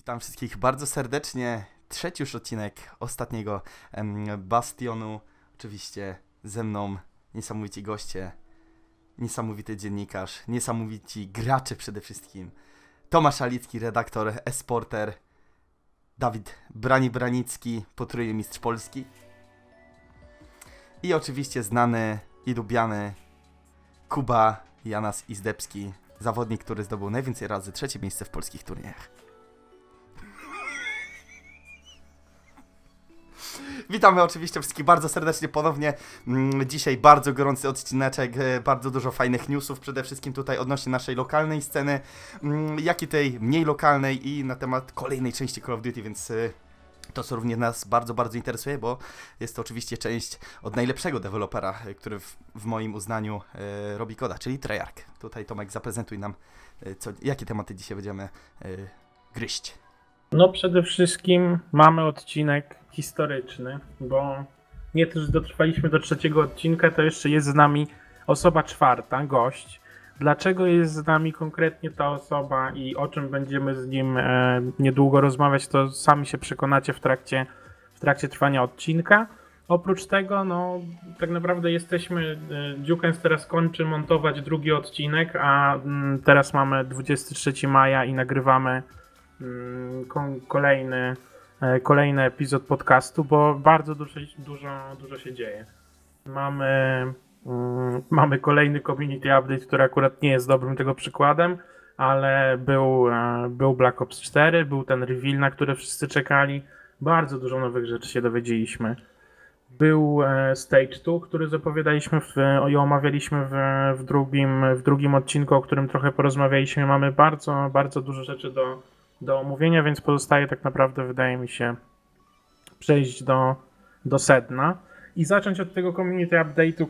Witam wszystkich bardzo serdecznie. Trzeci już odcinek ostatniego Bastionu. Oczywiście ze mną niesamowici goście, niesamowity dziennikarz, niesamowici gracze przede wszystkim. Tomasz Alicki, redaktor eSporter. Dawid Branicki, potrójny mistrz Polski. I oczywiście znany i lubiany Kuba Janas Izdebski, zawodnik, który zdobył najwięcej razy trzecie miejsce w polskich turniejach. Witamy oczywiście wszystkich bardzo serdecznie ponownie. Dzisiaj bardzo gorący odcineczek, bardzo dużo fajnych newsów, przede wszystkim tutaj odnośnie naszej lokalnej sceny, jak i tej mniej lokalnej i na temat kolejnej części Call of Duty, więc to co również nas bardzo, bardzo interesuje, bo jest to oczywiście część od najlepszego dewelopera, który w moim uznaniu robi koda, czyli Treyarch. Tutaj Tomek, zaprezentuj nam, jakie tematy dzisiaj będziemy gryźć. No przede wszystkim mamy odcinek historyczny, bo nie też dotrwaliśmy do trzeciego odcinka, to jeszcze jest z nami osoba czwarta, gość. Dlaczego jest z nami konkretnie ta osoba i o czym będziemy z nim niedługo rozmawiać, to sami się przekonacie w trakcie trwania odcinka. Oprócz tego, no tak naprawdę jesteśmy, Dziukens teraz kończy montować drugi odcinek, a teraz mamy 23 maja i nagrywamy kolejny epizod podcastu, bo bardzo dużo się dzieje. Mamy kolejny community update, który akurat nie jest dobrym tego przykładem, ale był Black Ops 4, był ten reveal, na który wszyscy czekali. Bardzo dużo nowych rzeczy się dowiedzieliśmy. Był Stage 2, który zapowiadaliśmy i omawialiśmy w drugim odcinku, o którym trochę porozmawialiśmy. Mamy bardzo, bardzo dużo rzeczy do omówienia, więc pozostaje tak naprawdę, wydaje mi się, przejść do sedna i zacząć od tego community update'u,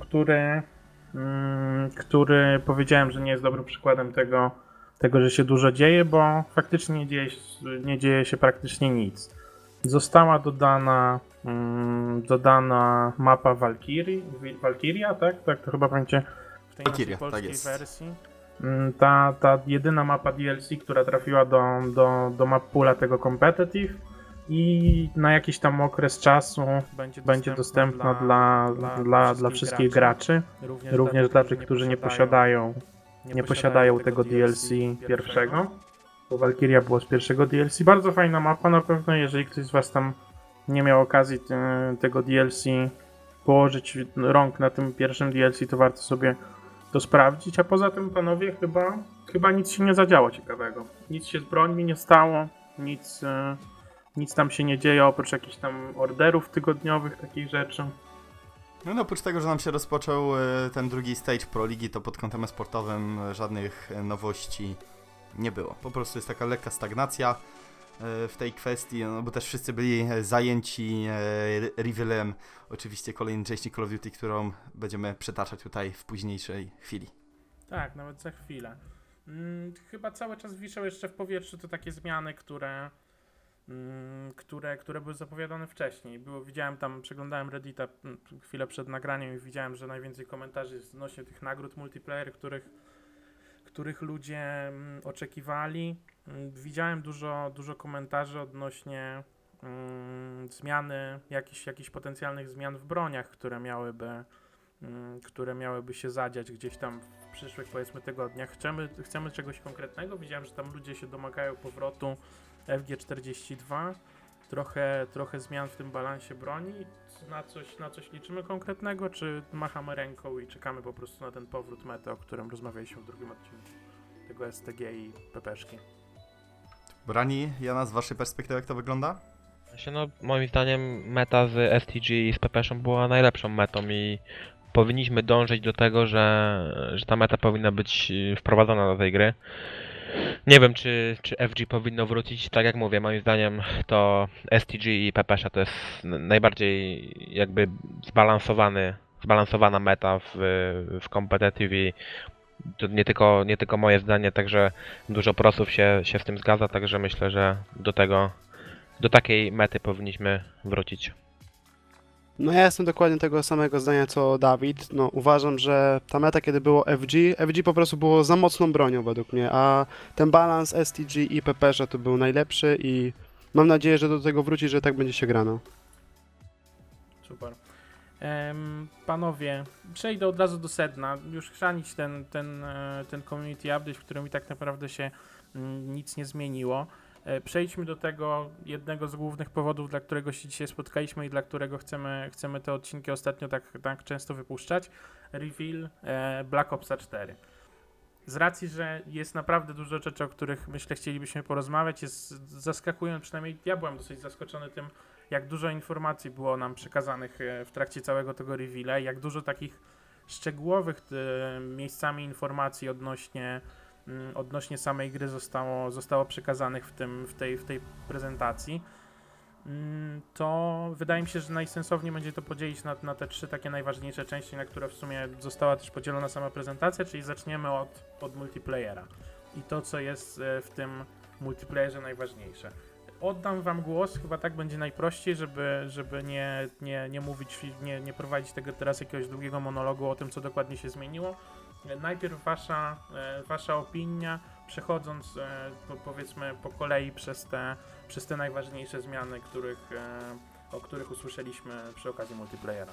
który powiedziałem, że nie jest dobrym przykładem tego, że się dużo dzieje, bo faktycznie nie dzieje się praktycznie nic. Została dodana mapa Valkyria, tak? Tak, to chyba będzie w tej naszej polskiej wersji. Ta jedyna mapa DLC, która trafiła do map poola tego competitive i na jakiś tam okres czasu będzie dostępna dla wszystkich graczy, również dla tych, którzy nie posiadają tego DLC pierwszego, bo Valkyria było z pierwszego DLC. Bardzo fajna mapa na pewno, jeżeli ktoś z was tam nie miał okazji tego DLC położyć rąk na tym pierwszym DLC, to warto sobie to sprawdzić, a poza tym, panowie, chyba nic się nie zadziało ciekawego. Nic się z brońmi nie stało, nic tam się nie dzieje, oprócz jakichś tam orderów tygodniowych, takich rzeczy. No oprócz tego, że nam się rozpoczął ten drugi stage Pro Ligi, to pod kątem sportowym żadnych nowości nie było. Po prostu jest taka lekka stagnacja w tej kwestii, no bo też wszyscy byli zajęci revealem oczywiście kolejnej części Call of Duty, którą będziemy przetaczać tutaj w późniejszej chwili. Tak, nawet za chwilę. Chyba cały czas wiszą jeszcze w powietrzu te takie zmiany, które były zapowiadane wcześniej. Przeglądałem Reddita chwilę przed nagraniem i widziałem, że najwięcej komentarzy jest odnośnie tych nagród multiplayer, których ludzie oczekiwali. Widziałem dużo komentarzy odnośnie zmiany, jakichś potencjalnych zmian w broniach, które miałyby się zadziać gdzieś tam w przyszłych, powiedzmy, tygodniach. Chcemy czegoś konkretnego. Widziałem, że tam ludzie się domagają powrotu FG42. Trochę zmian w tym balansie broni. Na coś liczymy konkretnego, czy machamy ręką i czekamy po prostu na ten powrót mety, o którym rozmawialiśmy w drugim odcinku tego STG i PPszki. Brani, Jana, z waszej perspektywy jak to wygląda? Moim zdaniem meta z STG i z PPszą była najlepszą metą i powinniśmy dążyć do tego, że ta meta powinna być wprowadzona do tej gry. Nie wiem, czy FG powinno wrócić. Tak jak mówię, moim zdaniem to STG i PPsza to jest najbardziej jakby zbalansowana meta w competitive i to nie tylko moje zdanie, także dużo prosów się z tym zgadza, także myślę, że do takiej mety powinniśmy wrócić. No ja jestem dokładnie tego samego zdania co Dawid. No uważam, że ta meta, kiedy było FG po prostu było za mocną bronią według mnie, a ten balans STG i Peperza to był najlepszy i mam nadzieję, że do tego wróci, że tak będzie się grano. Super. Panowie, przejdę od razu do sedna. Już chrzanić ten community update, w którym i tak naprawdę się nic nie zmieniło. Przejdźmy do tego jednego z głównych powodów, dla którego się dzisiaj spotkaliśmy i dla którego chcemy te odcinki ostatnio tak często wypuszczać. Reveal Black Opsa 4. Z racji, że jest naprawdę dużo rzeczy, o których myślę chcielibyśmy porozmawiać, jest zaskakujące, przynajmniej ja byłem dosyć zaskoczony tym, jak dużo informacji było nam przekazanych w trakcie całego tego reveala, jak dużo takich szczegółowych miejscami informacji odnośnie samej gry zostało przekazanych w tej prezentacji, to wydaje mi się, że najsensowniej będzie to podzielić na te 3 takie najważniejsze części, na które w sumie została też podzielona sama prezentacja, czyli zaczniemy od multiplayera i to, co jest w tym multiplayerze najważniejsze. Oddam wam głos, chyba tak będzie najprościej, żeby nie mówić, nie prowadzić tego teraz jakiegoś długiego monologu o tym, co dokładnie się zmieniło. Najpierw wasza opinia, przechodząc powiedzmy po kolei przez te najważniejsze zmiany, o których usłyszeliśmy przy okazji multiplayera.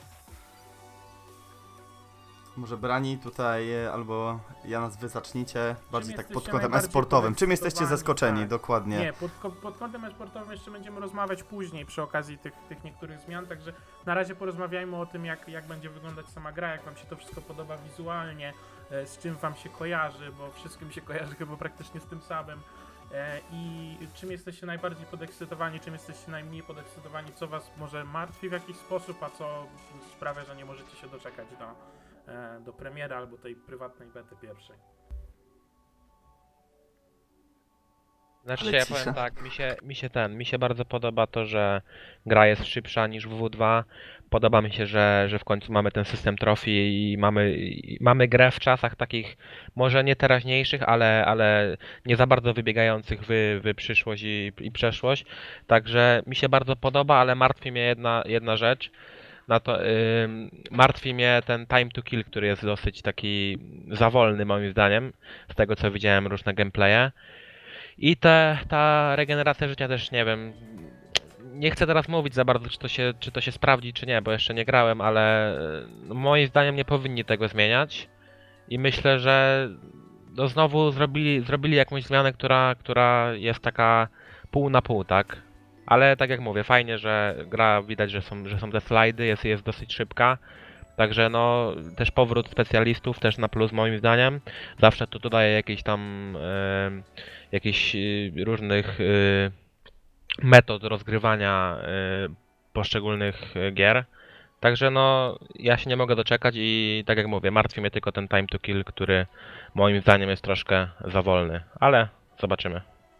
Może Brani tutaj, albo Janas, wy zacznijcie bardziej tak pod jesteście kątem najbardziej e-sportowym. Czym jesteście zaskoczeni, tak. dokładnie? Nie, pod kątem e-sportowym jeszcze będziemy rozmawiać później przy okazji tych niektórych zmian, także na razie porozmawiajmy o tym, jak będzie wyglądać sama gra, jak wam się to wszystko podoba wizualnie, z czym wam się kojarzy, bo wszystkim się kojarzy chyba praktycznie z tym samym. I czym jesteście najbardziej podekscytowani, czym jesteście najmniej podekscytowani, co was może martwi w jakiś sposób, a co sprawia, że nie możecie się doczekać do premiery albo tej prywatnej bety pierwszej. Znaczy Ale ja cisza. powiem tak, mi się bardzo podoba to, że gra jest szybsza niż WW2. Podoba mi się, że w końcu mamy ten system trofii i mamy grę w czasach takich może nie teraźniejszych, ale nie za bardzo wybiegających w przyszłość i przeszłość. Także mi się bardzo podoba, ale martwi mnie jedna rzecz. Martwi mnie ten time to kill, który jest dosyć taki za wolny moim zdaniem, z tego co widziałem różne gameplaye. I ta regeneracja życia też nie wiem. Nie chcę teraz mówić za bardzo, czy to się sprawdzi, czy nie, bo jeszcze nie grałem, ale moim zdaniem nie powinni tego zmieniać. I myślę, że no znowu zrobili jakąś zmianę, która jest taka pół na pół, tak? Ale tak jak mówię, fajnie, że gra widać, że są te slajdy, jest dosyć szybka. Także no też powrót specjalistów też na plus moim zdaniem. Zawsze to dodaje jakieś tam jakichś różnych metod rozgrywania poszczególnych gier. Także no ja się nie mogę doczekać i tak jak mówię, martwi mnie tylko ten time to kill, który moim zdaniem jest troszkę za wolny, ale zobaczymy.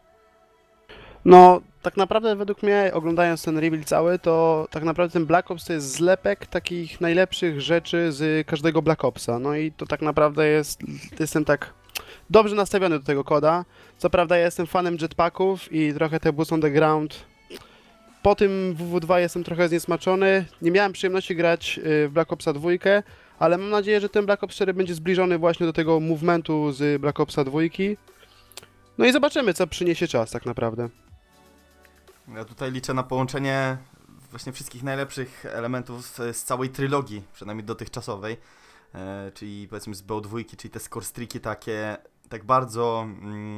No, tak naprawdę według mnie, oglądając ten reveal cały, to tak naprawdę ten Black Ops to jest zlepek takich najlepszych rzeczy z każdego Black Opsa. No i to tak naprawdę jestem tak dobrze nastawiony do tego koda. Co prawda ja jestem fanem jetpacków i trochę te Boots on the Ground. Po tym WW2 jestem trochę zniesmaczony. Nie miałem przyjemności grać w Black Opsa 2, ale mam nadzieję, że ten Black Ops 4 będzie zbliżony właśnie do tego movementu z Black Opsa 2. No i zobaczymy, co przyniesie czas tak naprawdę. Ja tutaj liczę na połączenie właśnie wszystkich najlepszych elementów z całej trylogii, przynajmniej dotychczasowej, czyli powiedzmy z BO2, czyli te scorestreaki takie, tak bardzo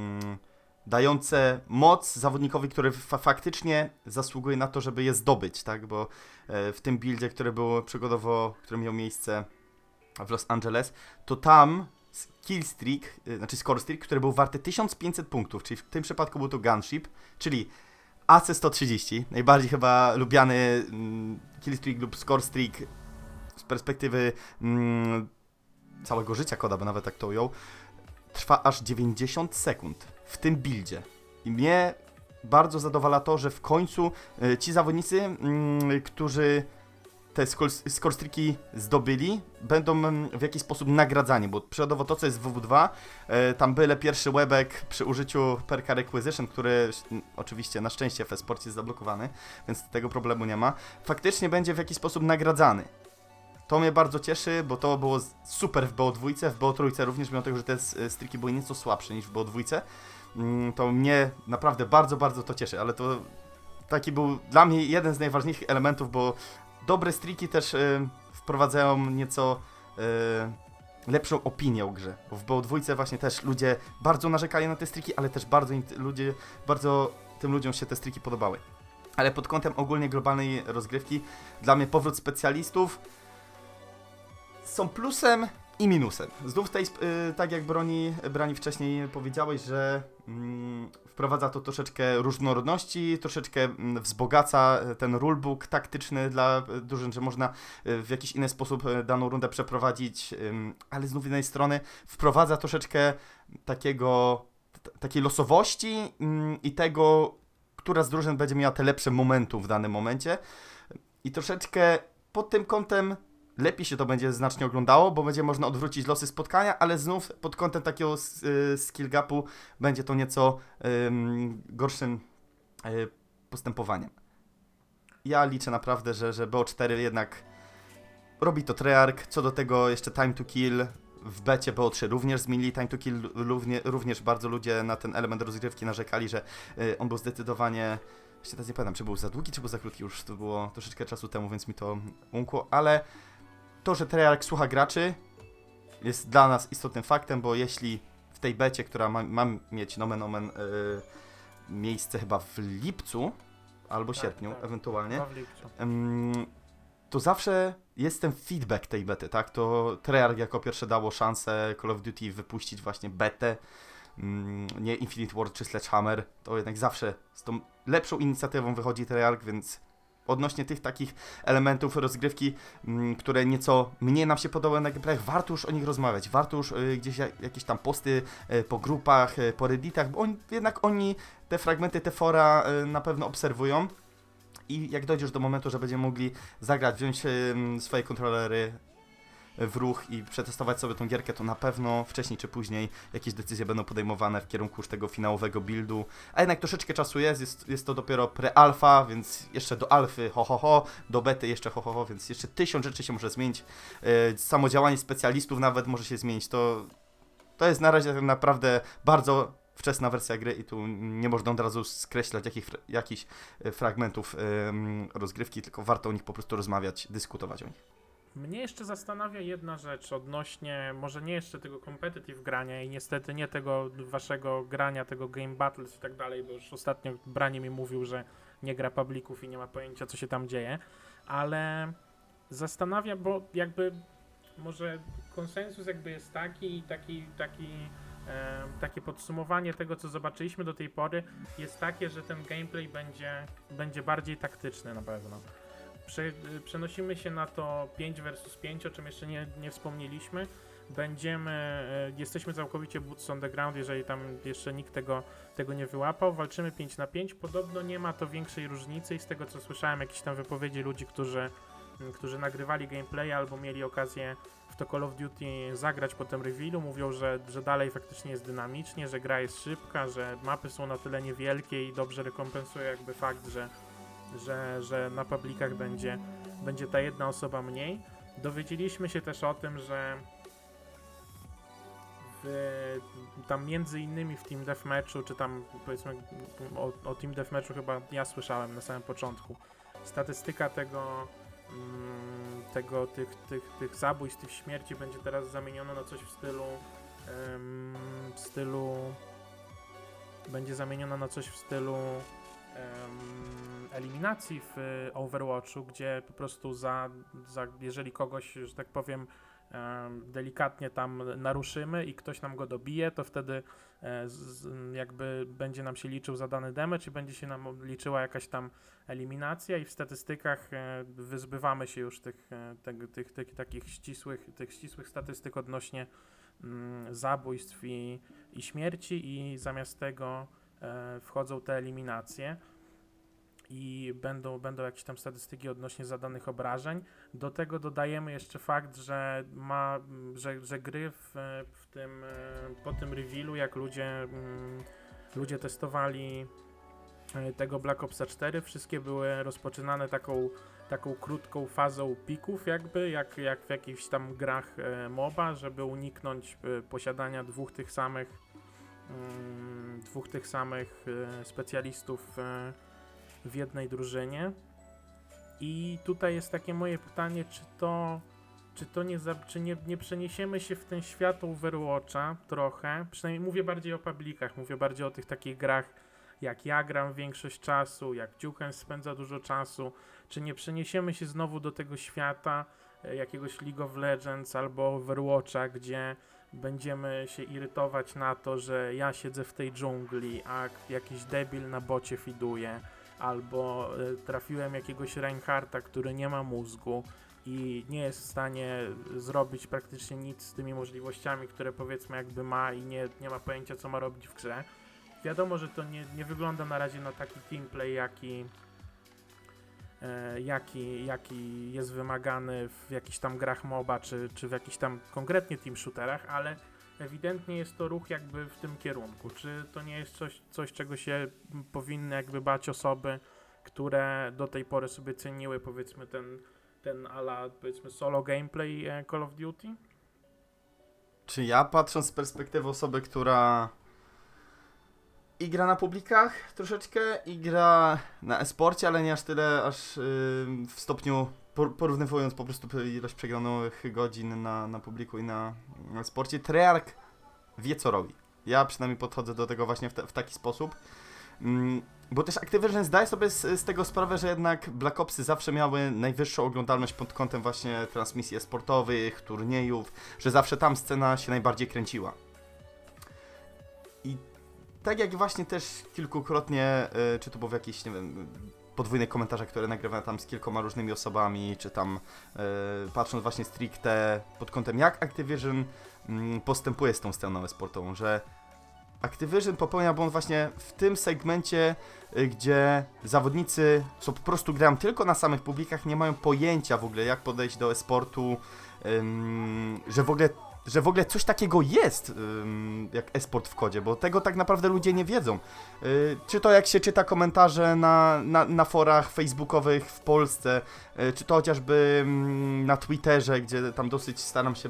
dające moc zawodnikowi, który faktycznie zasługuje na to, żeby je zdobyć, tak, bo w tym buildzie, który miał miejsce w Los Angeles, to tam scorestreak, który był warty 1500 punktów, czyli w tym przypadku był to gunship, czyli AC-130, najbardziej chyba lubiany killstreak lub scorestreak z perspektywy całego życia koda, bo nawet tak to ujął, trwa aż 90 sekund w tym buildzie. I mnie bardzo zadowala to, że w końcu ci zawodnicy, którzy te scorestreaki zdobyli, będą w jakiś sposób nagradzani, bo przykładowo to, co jest w WW2, tam byle pierwszy łebek przy użyciu perka Requisition, który oczywiście na szczęście w e-sporcie jest zablokowany, więc tego problemu nie ma, faktycznie będzie w jakiś sposób nagradzany. To mnie bardzo cieszy, bo to było super w BO2, w BO3 również, mimo tego, że te streaki były nieco słabsze niż w BO2, to mnie naprawdę bardzo, bardzo to cieszy, ale to taki był dla mnie jeden z najważniejszych elementów, bo dobre streaki też wprowadzają nieco lepszą opinię o grze. Bo w BO2 właśnie też ludzie bardzo narzekali na te streaki, ale też bardzo tym ludziom się te streaki podobały. Ale pod kątem ogólnie globalnej rozgrywki, dla mnie powrót specjalistów są plusem i minusem. Znów tak jak Brani wcześniej powiedziałeś, że wprowadza to troszeczkę różnorodności, troszeczkę wzbogaca ten rulebook taktyczny dla drużyn, że można w jakiś inny sposób daną rundę przeprowadzić, ale znów z jednej strony wprowadza troszeczkę takiej losowości i tego, która z drużyn będzie miała te lepsze momentum w danym momencie i troszeczkę pod tym kątem lepiej się to będzie znacznie oglądało, bo będzie można odwrócić losy spotkania, ale znów pod kątem takiego skill gapu będzie to nieco gorszym postępowaniem. Ja liczę naprawdę, że BO4 jednak robi to Treyarch. Co do tego jeszcze Time to Kill w becie BO3 również zmienili Time to Kill, również bardzo ludzie na ten element rozgrywki narzekali, że on był zdecydowanie... Jeszcze teraz nie pamiętam, czy był za długi, czy był za krótki, już to było troszeczkę czasu temu, więc mi to umkło, ale to, że Treyarch słucha graczy, jest dla nas istotnym faktem, bo jeśli w tej becie, która ma mieć nomen omen miejsce chyba w lipcu albo sierpniu ewentualnie, to zawsze jest ten feedback tej bety, tak? To Treyarch jako pierwsze dało szansę Call of Duty wypuścić właśnie betę, nie Infinite Ward czy Sledgehammer, to jednak zawsze z tą lepszą inicjatywą wychodzi Treyarch, więc odnośnie tych takich elementów rozgrywki, które nieco mniej nam się podobały na gameplayach, warto już o nich rozmawiać, warto już gdzieś jakieś tam posty po grupach, po redditach, bo oni te fragmenty, te fora na pewno obserwują i jak dojdziesz do momentu, że będziemy mogli zagrać, wziąć swoje kontrolery w ruch i przetestować sobie tą gierkę, to na pewno wcześniej czy później jakieś decyzje będą podejmowane w kierunku już tego finałowego buildu, a jednak troszeczkę czasu jest to dopiero pre-alfa, więc jeszcze do alfy do bety jeszcze więc jeszcze 1000 rzeczy się może zmienić, samo działanie specjalistów nawet może się zmienić, to jest na razie naprawdę bardzo wczesna wersja gry i tu nie można od razu skreślać jakichś fragmentów rozgrywki, tylko warto o nich po prostu rozmawiać, dyskutować o nich. Mnie jeszcze zastanawia jedna rzecz odnośnie, może nie jeszcze tego competitive grania i niestety nie tego waszego grania, tego game battles i tak dalej, bo już ostatnio Branie mi mówił, że nie gra publików i nie ma pojęcia, co się tam dzieje, ale zastanawia, bo jakby może konsensus jakby jest takie podsumowanie tego, co zobaczyliśmy do tej pory jest takie, że ten gameplay będzie bardziej taktyczny na pewno. Przenosimy się na to 5 vs 5, o czym jeszcze nie wspomnieliśmy. Jesteśmy całkowicie boots on the ground, jeżeli tam jeszcze nikt tego nie wyłapał. Walczymy 5 na 5. Podobno nie ma to większej różnicy i z tego co słyszałem, jakieś tam wypowiedzi ludzi, którzy nagrywali gameplay albo mieli okazję w to Call of Duty zagrać po tym revealu, mówią, że dalej faktycznie jest dynamicznie, że gra jest szybka, że mapy są na tyle niewielkie i dobrze rekompensuje jakby fakt, że na publikach będzie ta jedna osoba mniej. Dowiedzieliśmy się też o tym, że tam między innymi w Team Deathmatchu, czy tam powiedzmy o Team Deathmatchu chyba ja słyszałem na samym początku, statystyka tych zabójstw, tych śmierci będzie teraz zamieniona na coś w stylu eliminacji w Overwatchu, gdzie po prostu jeżeli kogoś, że tak powiem, delikatnie tam naruszymy i ktoś nam go dobije, to wtedy jakby będzie nam się liczył za dany damage i będzie się nam liczyła jakaś tam eliminacja i w statystykach wyzbywamy się już tych takich ścisłych statystyk odnośnie zabójstw i śmierci i zamiast tego wchodzą te eliminacje. i będą jakieś tam statystyki odnośnie zadanych obrażeń. Do tego dodajemy jeszcze fakt, że gry po tym revealu, jak ludzie testowali tego Black Opsa 4, wszystkie były rozpoczynane taką krótką fazą pików jakby, jak w jakichś tam grach MOBA, żeby uniknąć posiadania dwóch tych samych specjalistów w jednej drużynie. I tutaj jest takie moje pytanie, czy nie przeniesiemy się w ten świat Overwatcha trochę, przynajmniej mówię bardziej o publikach, mówię bardziej o tych takich grach, jak ja gram większość czasu, jak Ciuchen spędza dużo czasu, czy nie przeniesiemy się znowu do tego świata jakiegoś League of Legends albo Overwatcha, gdzie będziemy się irytować na to, że ja siedzę w tej dżungli, a jakiś debil na bocie fiduje, albo trafiłem jakiegoś Reinhardta, który nie ma mózgu i nie jest w stanie zrobić praktycznie nic z tymi możliwościami, które powiedzmy jakby ma i nie ma pojęcia, co ma robić w grze. Wiadomo, że to nie wygląda na razie na taki teamplay, jaki jest wymagany w jakichś tam grach MOBA, czy w jakichś tam konkretnie team shooterach, ale ewidentnie jest to ruch jakby w tym kierunku. Czy to nie jest coś czego się powinny jakby bać osoby, które do tej pory sobie ceniły powiedzmy ten ala powiedzmy solo gameplay Call of Duty? Czy ja, patrząc z perspektywy osoby, która i gra na publikach troszeczkę, i gra na e-sporcie, ale nie aż tyle, w stopniu porównywując po prostu ilość przegranych godzin na publiku i na sporcie, Treyarch wie, co robi. Ja przynajmniej podchodzę do tego właśnie w taki sposób. Bo też Activision zdaje sobie z tego sprawę, że jednak Black Opsy zawsze miały najwyższą oglądalność pod kątem właśnie transmisji e-sportowych, turniejów, że zawsze tam scena się najbardziej kręciła. I tak jak właśnie też kilkukrotnie, czy to było w jakichś, nie wiem, podwójnych komentarzach, które nagrywałem tam z kilkoma różnymi osobami, czy tam patrząc właśnie stricte pod kątem jak Activision postępuje z tą sceną e-sportową, że Activision popełnia błąd właśnie w tym segmencie, gdzie zawodnicy, co po prostu grają tylko na samych publikach, nie mają pojęcia w ogóle jak podejść do e-sportu, że w ogóle coś takiego jest jak e-sport w kodzie, bo tego tak naprawdę ludzie nie wiedzą. Czy to jak się czyta komentarze na forach facebookowych w Polsce, czy to chociażby na Twitterze, gdzie tam dosyć staram się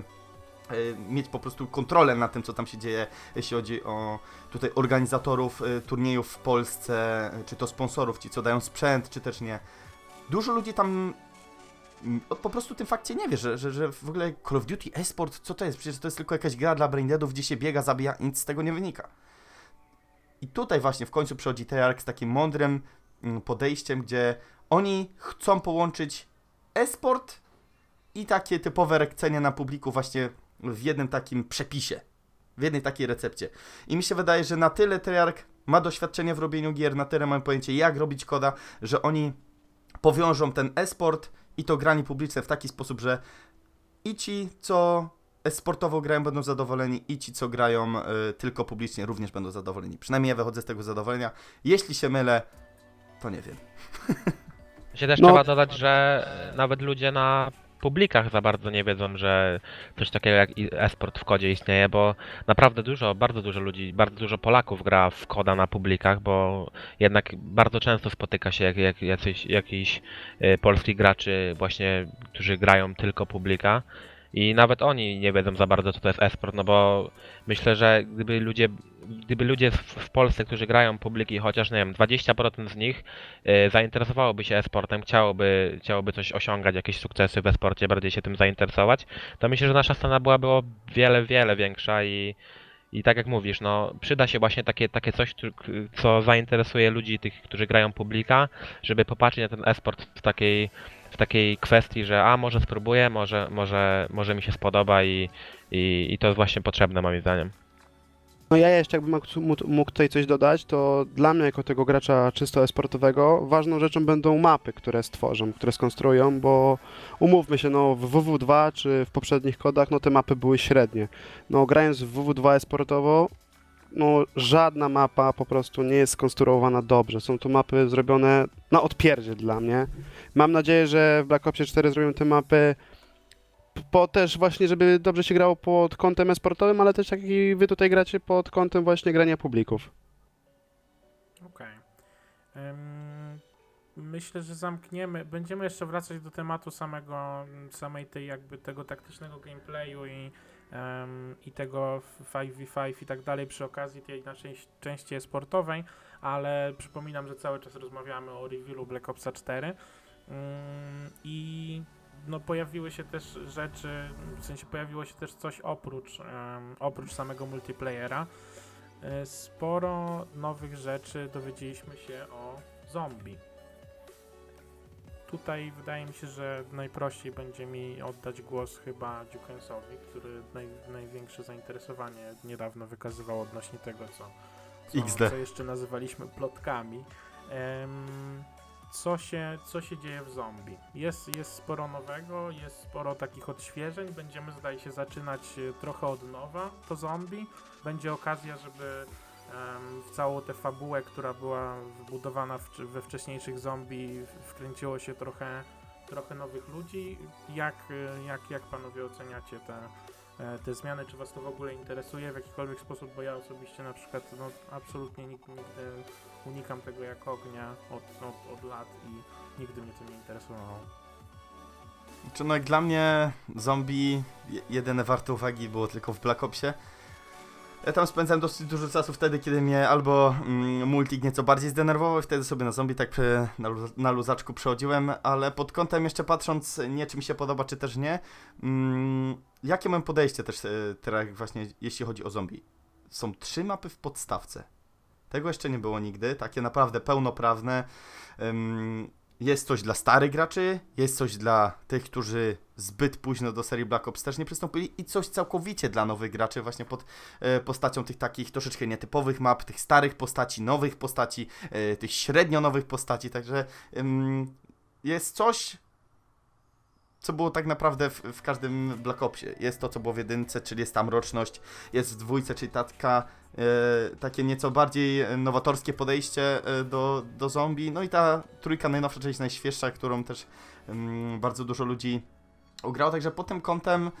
mieć po prostu kontrolę nad tym, co tam się dzieje, jeśli chodzi o tutaj organizatorów turniejów w Polsce, czy to sponsorów, ci co dają sprzęt, czy też nie. Dużo ludzi tam po prostu tym fakcie nie wie, że w ogóle Call of Duty e-sport, co to jest? Przecież to jest tylko jakaś gra dla braindeadów, gdzie się biega, zabija, nic z tego nie wynika. I tutaj właśnie w końcu przychodzi Treyarch z takim mądrym podejściem, gdzie oni chcą połączyć e-sport i takie typowe rekcenie na publiku właśnie w jednym takim przepisie, w jednej takiej recepcie. I mi się wydaje, że na tyle Treyarch ma doświadczenie w robieniu gier, na tyle mają pojęcie jak robić koda, że oni powiążą ten e-sport i to granie publiczne w taki sposób, że i ci, co e-sportowo grają, będą zadowoleni, i ci, co grają tylko publicznie, również będą zadowoleni. Przynajmniej ja wychodzę z tego zadowolenia. Jeśli się mylę, to nie wiem. Się też trzeba dodać, że nawet ludzie na publikach za bardzo nie wiedzą, że coś takiego jak e-sport w kodzie istnieje, bo naprawdę bardzo dużo ludzi, bardzo dużo Polaków gra w koda na publikach, bo jednak bardzo często spotyka się jakiś polskich graczy właśnie, którzy grają tylko publika i nawet oni nie wiedzą za bardzo, co to jest e-sport, no bo myślę, że gdyby ludzie w Polsce, którzy grają publiki, chociaż nie wiem, 20% z nich zainteresowałoby się e-sportem, chciałoby coś osiągać, jakieś sukcesy w e-sporcie, bardziej się tym zainteresować, to myślę, że nasza scena byłaby o wiele, wiele większa i tak jak mówisz, no przyda się właśnie takie coś, co zainteresuje ludzi, tych, którzy grają publika, żeby popatrzeć na ten e-sport w takiej kwestii, że może spróbuję, może mi się spodoba i to jest właśnie potrzebne moim zdaniem. No ja jeszcze jakbym mógł tutaj coś dodać, to dla mnie jako tego gracza czysto e-sportowego ważną rzeczą będą mapy, które stworzą, które skonstruują, bo umówmy się, no w WW2 czy w poprzednich kodach, no te mapy były średnie. No grając w WW2 e-sportowo, no żadna mapa po prostu nie jest skonstruowana dobrze. Są to mapy zrobione na odpierdziel dla mnie. Mam nadzieję, że w Black Opsie 4 zrobią te mapy też właśnie, żeby dobrze się grało pod kątem e-sportowym, ale też tak jak i wy tutaj gracie pod kątem właśnie grania publików. Okej. Myślę, że będziemy jeszcze wracać do tematu samej tej jakby tego taktycznego gameplayu i tego 5v5 i tak dalej przy okazji tej naszej części e-sportowej, ale przypominam, że cały czas rozmawiamy o revealu Black Opsa 4 i no pojawiły się też rzeczy, w sensie pojawiło się też coś oprócz samego multiplayera. Sporo nowych rzeczy dowiedzieliśmy się o zombie. Tutaj wydaje mi się, że najprościej będzie mi oddać głos chyba Dziukensowi, który największe zainteresowanie niedawno wykazywał odnośnie tego, co jeszcze nazywaliśmy plotkami. Co się dzieje w zombie? Jest sporo nowego, jest sporo takich odświeżeń. Będziemy, zdaje się, zaczynać trochę od nowa to zombie. Będzie okazja, żeby w całą tę fabułę, która była wbudowana we wcześniejszych zombie, wkręciło się trochę nowych ludzi. Jak panowie oceniacie te zmiany? Czy was to w ogóle interesuje w jakikolwiek sposób? Bo ja osobiście na przykład absolutnie nigdy unikam tego jak ognia od lat i nigdy mnie to nie interesowało. No jak dla mnie zombie jedyne warte uwagi było tylko w Black Opsie. Ja tam spędzałem dosyć dużo czasu wtedy, kiedy mnie albo multik nieco bardziej zdenerwował, wtedy sobie na zombie tak na luzaczku przechodziłem, ale pod kątem jeszcze patrząc, nie czy mi się podoba, czy też nie, jakie mam podejście też teraz właśnie, jeśli chodzi o zombie. Są 3 mapy w podstawce. Tego jeszcze nie było nigdy, takie naprawdę pełnoprawne. Jest coś dla starych graczy, jest coś dla tych, którzy zbyt późno do serii Black Ops też nie przystąpili i coś całkowicie dla nowych graczy właśnie pod postacią tych takich troszeczkę nietypowych map, tych starych postaci, nowych postaci, tych średnio nowych postaci, także jest coś, co było tak naprawdę w każdym Black Opsie. Jest to, co było w 1, czyli jest ta mroczność, jest w 2, czyli takie nieco bardziej nowatorskie podejście do zombie, no i ta 3 najnowsza, czyli najświeższa, którą też bardzo dużo ludzi ugrało, także pod tym kątem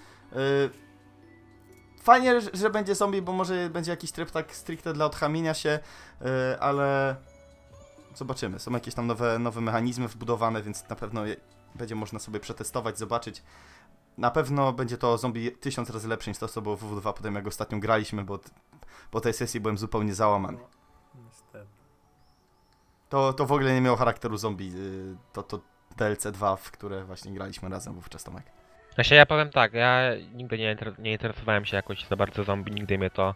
fajnie, że będzie zombie, bo może będzie jakiś tryb tak stricte dla odchamienia się, ale zobaczymy, są jakieś tam nowe mechanizmy wbudowane, więc na pewno będzie można sobie przetestować, zobaczyć. Na pewno będzie to zombie 1000 razy lepsze niż to, co było w WW2, potem jak ostatnio graliśmy, bo po tej sesji byłem zupełnie załamany. Niestety. To w ogóle nie miało charakteru zombie, to DLC 2, w które właśnie graliśmy razem wówczas, Tomek. Znaczy ja powiem tak, ja nigdy nie interesowałem się jakoś za bardzo zombie, nigdy mnie to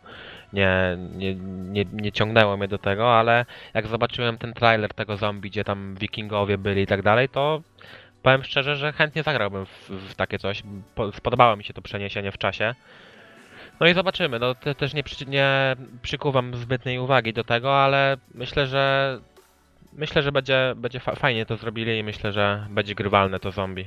nie ciągnęło mnie do tego, ale jak zobaczyłem ten trailer tego zombie, gdzie tam wikingowie byli i tak dalej, to powiem szczerze, że chętnie zagrałbym w takie coś. Spodobało mi się to przeniesienie w czasie. No i zobaczymy, no też nie przykuwam zbytniej uwagi do tego, ale myślę, że będzie fajnie to zrobili i myślę, że będzie grywalne to zombie.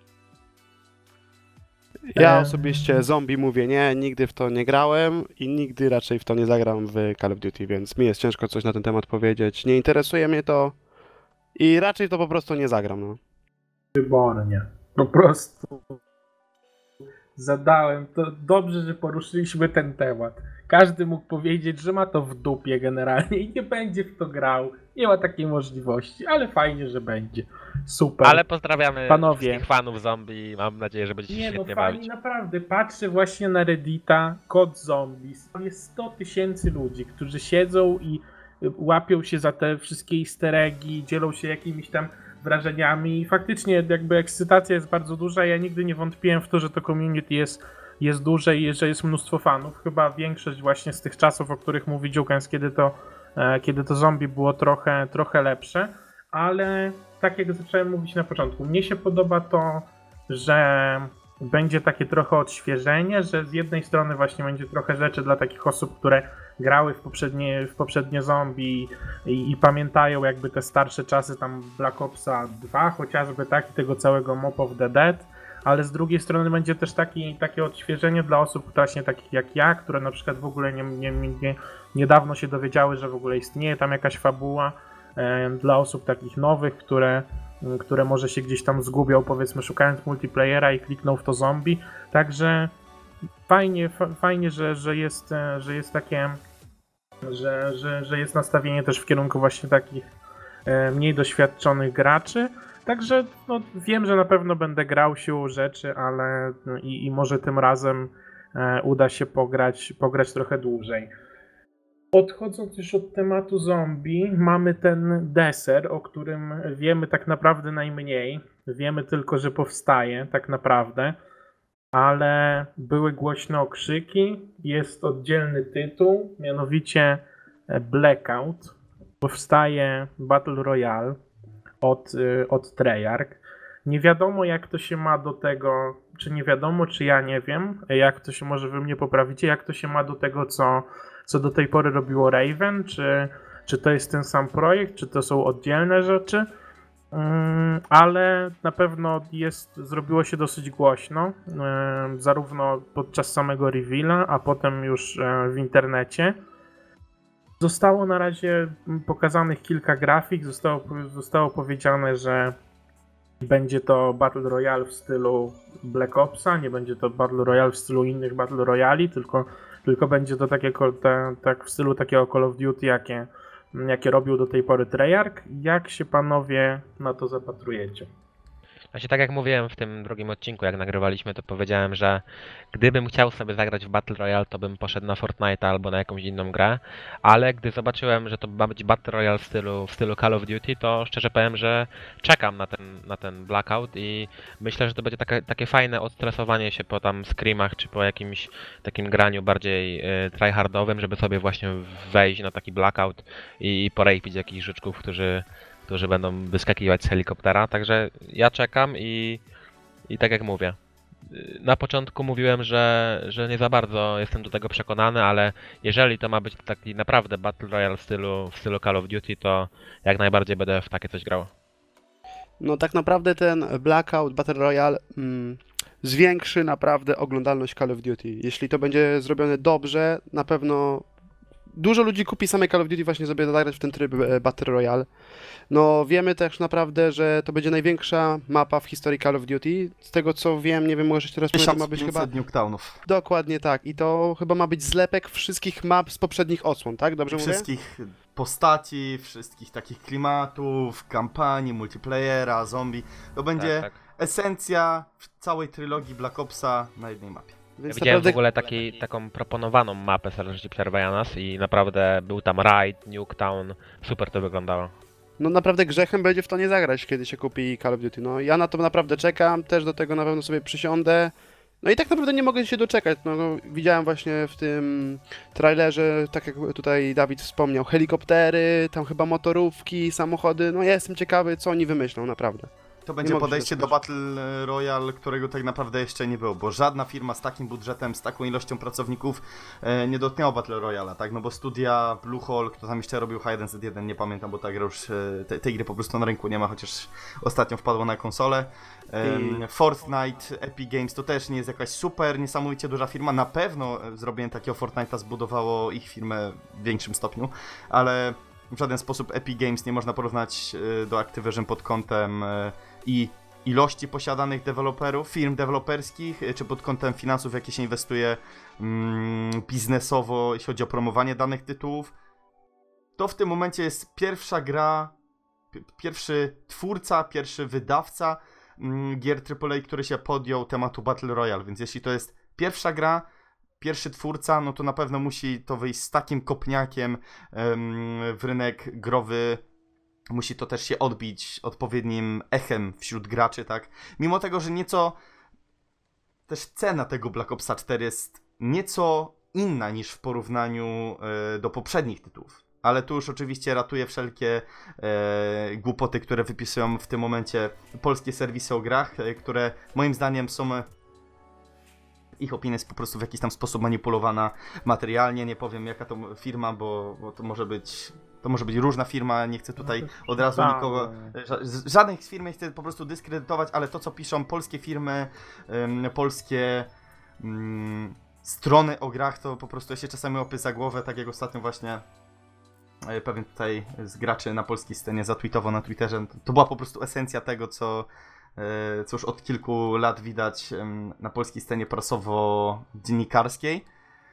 Ja osobiście zombie mówię nie, nigdy w to nie grałem i nigdy raczej w to nie zagram w Call of Duty, więc mi jest ciężko coś na ten temat powiedzieć. Nie interesuje mnie to i raczej to po prostu nie zagram, no. Wybornie. Po prostu zadałem to. Dobrze, że poruszyliśmy ten temat. Każdy mógł powiedzieć, że ma to w dupie generalnie i nie będzie w to grał. Nie ma takiej możliwości, ale fajnie, że będzie. Super. Ale pozdrawiamy panowie. Wszystkich fanów zombie i mam nadzieję, że będziecie się świetnie bawić. Nie, no naprawdę. Patrzę właśnie na Reddita, kod zombies. Tam jest 100 000 ludzi, którzy siedzą i łapią się za te wszystkie easter eggi, dzielą się jakimiś tam wrażeniami i faktycznie jakby ekscytacja jest bardzo duża. Ja nigdy nie wątpiłem w to, że to community jest duże i że jest mnóstwo fanów. Chyba większość właśnie z tych czasów, o których mówi Dziukens, kiedy to zombie było trochę lepsze, ale tak jak zacząłem mówić na początku, mnie się podoba to, że będzie takie trochę odświeżenie, że z jednej strony właśnie będzie trochę rzeczy dla takich osób, które grały w poprzednie zombie i pamiętają jakby te starsze czasy tam Black Opsa 2 chociażby, tak, i tego całego Mob of the Dead, ale z drugiej strony będzie też takie odświeżenie dla osób właśnie takich jak ja, które na przykład w ogóle niedawno się dowiedziały, że w ogóle istnieje tam jakaś fabuła, dla osób takich nowych, które może się gdzieś tam zgubią, powiedzmy, szukając multiplayera i klikną w to zombie. Także fajnie, że jest takie, że jest nastawienie też w kierunku właśnie takich mniej doświadczonych graczy. Także no, wiem, że na pewno będę grał siłą rzeczy, ale i może tym razem uda się pograć trochę dłużej. Odchodząc już od tematu zombie, mamy ten deser, o którym wiemy tak naprawdę najmniej. Wiemy tylko, że powstaje tak naprawdę, ale były głośne okrzyki. Jest oddzielny tytuł, mianowicie Blackout. Powstaje Battle Royale od Treyarch. Nie wiadomo, jak to się ma do tego, czy nie wiadomo, czy ja nie wiem, jak to się, może wy mnie poprawicie, jak to się ma do tego, co do tej pory robiło Raven, czy to jest ten sam projekt, czy to są oddzielne rzeczy, ale na pewno zrobiło się dosyć głośno, zarówno podczas samego reveala, a potem już w internecie. Zostało na razie pokazanych kilka grafik, zostało powiedziane, że będzie to Battle Royale w stylu Black Opsa, nie będzie to Battle Royale w stylu innych Battle Royali, tylko będzie to tak w stylu takiego Call of Duty, jakie robił do tej pory Treyarch. Jak się panowie na to zapatrujecie? Znaczy, tak jak mówiłem w tym drugim odcinku, jak nagrywaliśmy, to powiedziałem, że gdybym chciał sobie zagrać w Battle Royale, to bym poszedł na Fortnite'a albo na jakąś inną grę, ale gdy zobaczyłem, że to ma być Battle Royale w stylu Call of Duty, to szczerze powiem, że czekam na ten Blackout i myślę, że to będzie takie fajne odstresowanie się po tam scrimach, czy po jakimś takim graniu bardziej tryhardowym, żeby sobie właśnie wejść na taki Blackout i porejpić jakichś życzków, którzy będą wyskakiwać z helikoptera, także ja czekam i tak jak mówię, na początku mówiłem, że nie za bardzo jestem do tego przekonany, ale jeżeli to ma być taki naprawdę Battle Royale w stylu Call of Duty, to jak najbardziej będę w takie coś grał. No tak naprawdę ten Blackout Battle Royale zwiększy naprawdę oglądalność Call of Duty. Jeśli to będzie zrobione dobrze, na pewno dużo ludzi kupi same Call of Duty właśnie sobie zagrać w ten tryb Battle Royale. No wiemy też naprawdę, że to będzie największa mapa w historii Call of Duty. Z tego co wiem, nie wiem, może jeszcze raz powiem, ma być chyba... Nuketownów. Dokładnie tak. I to chyba ma być zlepek wszystkich map z poprzednich odsłon, tak? Dobrze mówię? Wszystkich postaci, wszystkich takich klimatów, kampanii, multiplayera, zombie. To będzie Tak. esencja całej trylogii Black Opsa na jednej mapie. Ja Więc widziałem naprawdę... w ogóle taką proponowaną mapę Sergeant Przerwajanas i naprawdę był tam raid, Nuketown, super to wyglądało. No naprawdę grzechem będzie w to nie zagrać, kiedy się kupi Call of Duty. No ja na to naprawdę czekam, też do tego na pewno sobie przysiądę. No i tak naprawdę nie mogę się doczekać. No widziałem właśnie w tym trailerze, tak jak tutaj Dawid wspomniał, helikoptery, tam chyba motorówki, samochody. No ja jestem ciekawy, co oni wymyślą, naprawdę. To będzie podejście do Battle Royale, którego tak naprawdę jeszcze nie było, bo żadna firma z takim budżetem, z taką ilością pracowników nie dotknęła Battle Royale'a, tak? No bo studia Bluehole, kto tam jeszcze robił H1Z1, nie pamiętam, bo ta gra już, tej gry po prostu na rynku nie ma, chociaż ostatnio wpadło na konsolę. Fortnite, Epic Games to też nie jest jakaś super, niesamowicie duża firma. Na pewno zrobienie takiego Fortnite'a zbudowało ich firmę w większym stopniu, ale w żaden sposób Epic Games nie można porównać do Activision pod kątem i ilości posiadanych deweloperów, firm deweloperskich, czy pod kątem finansów, jakie się inwestuje biznesowo, jeśli chodzi o promowanie danych tytułów. To w tym momencie jest pierwsza gra, pierwszy twórca, pierwszy wydawca gier AAA, który się podjął tematu Battle Royale, więc jeśli to jest pierwsza gra, pierwszy twórca, no to na pewno musi to wyjść z takim kopniakiem w rynek growy. Musi to też się odbić odpowiednim echem wśród graczy, tak? Mimo tego, że nieco też cena tego Black Opsa 4 jest nieco inna niż w porównaniu do poprzednich tytułów. Ale tu już oczywiście ratuje wszelkie głupoty, które wypisują w tym momencie polskie serwisy o grach, które moim zdaniem są... Ich opinia jest po prostu w jakiś tam sposób manipulowana materialnie. Nie powiem jaka to firma, bo to może być to może być różna firma, nie chcę tutaj od razu nikogo, żadnych z firm nie chcę po prostu dyskredytować, ale to co piszą polskie firmy, polskie strony o grach, to po prostu ja się czasami łapię za głowę, tak jak ostatnio właśnie pewien tutaj z graczy na polskiej scenie zatweetował na Twitterze. To była po prostu esencja tego, co już od kilku lat widać na polskiej scenie prasowo-dziennikarskiej.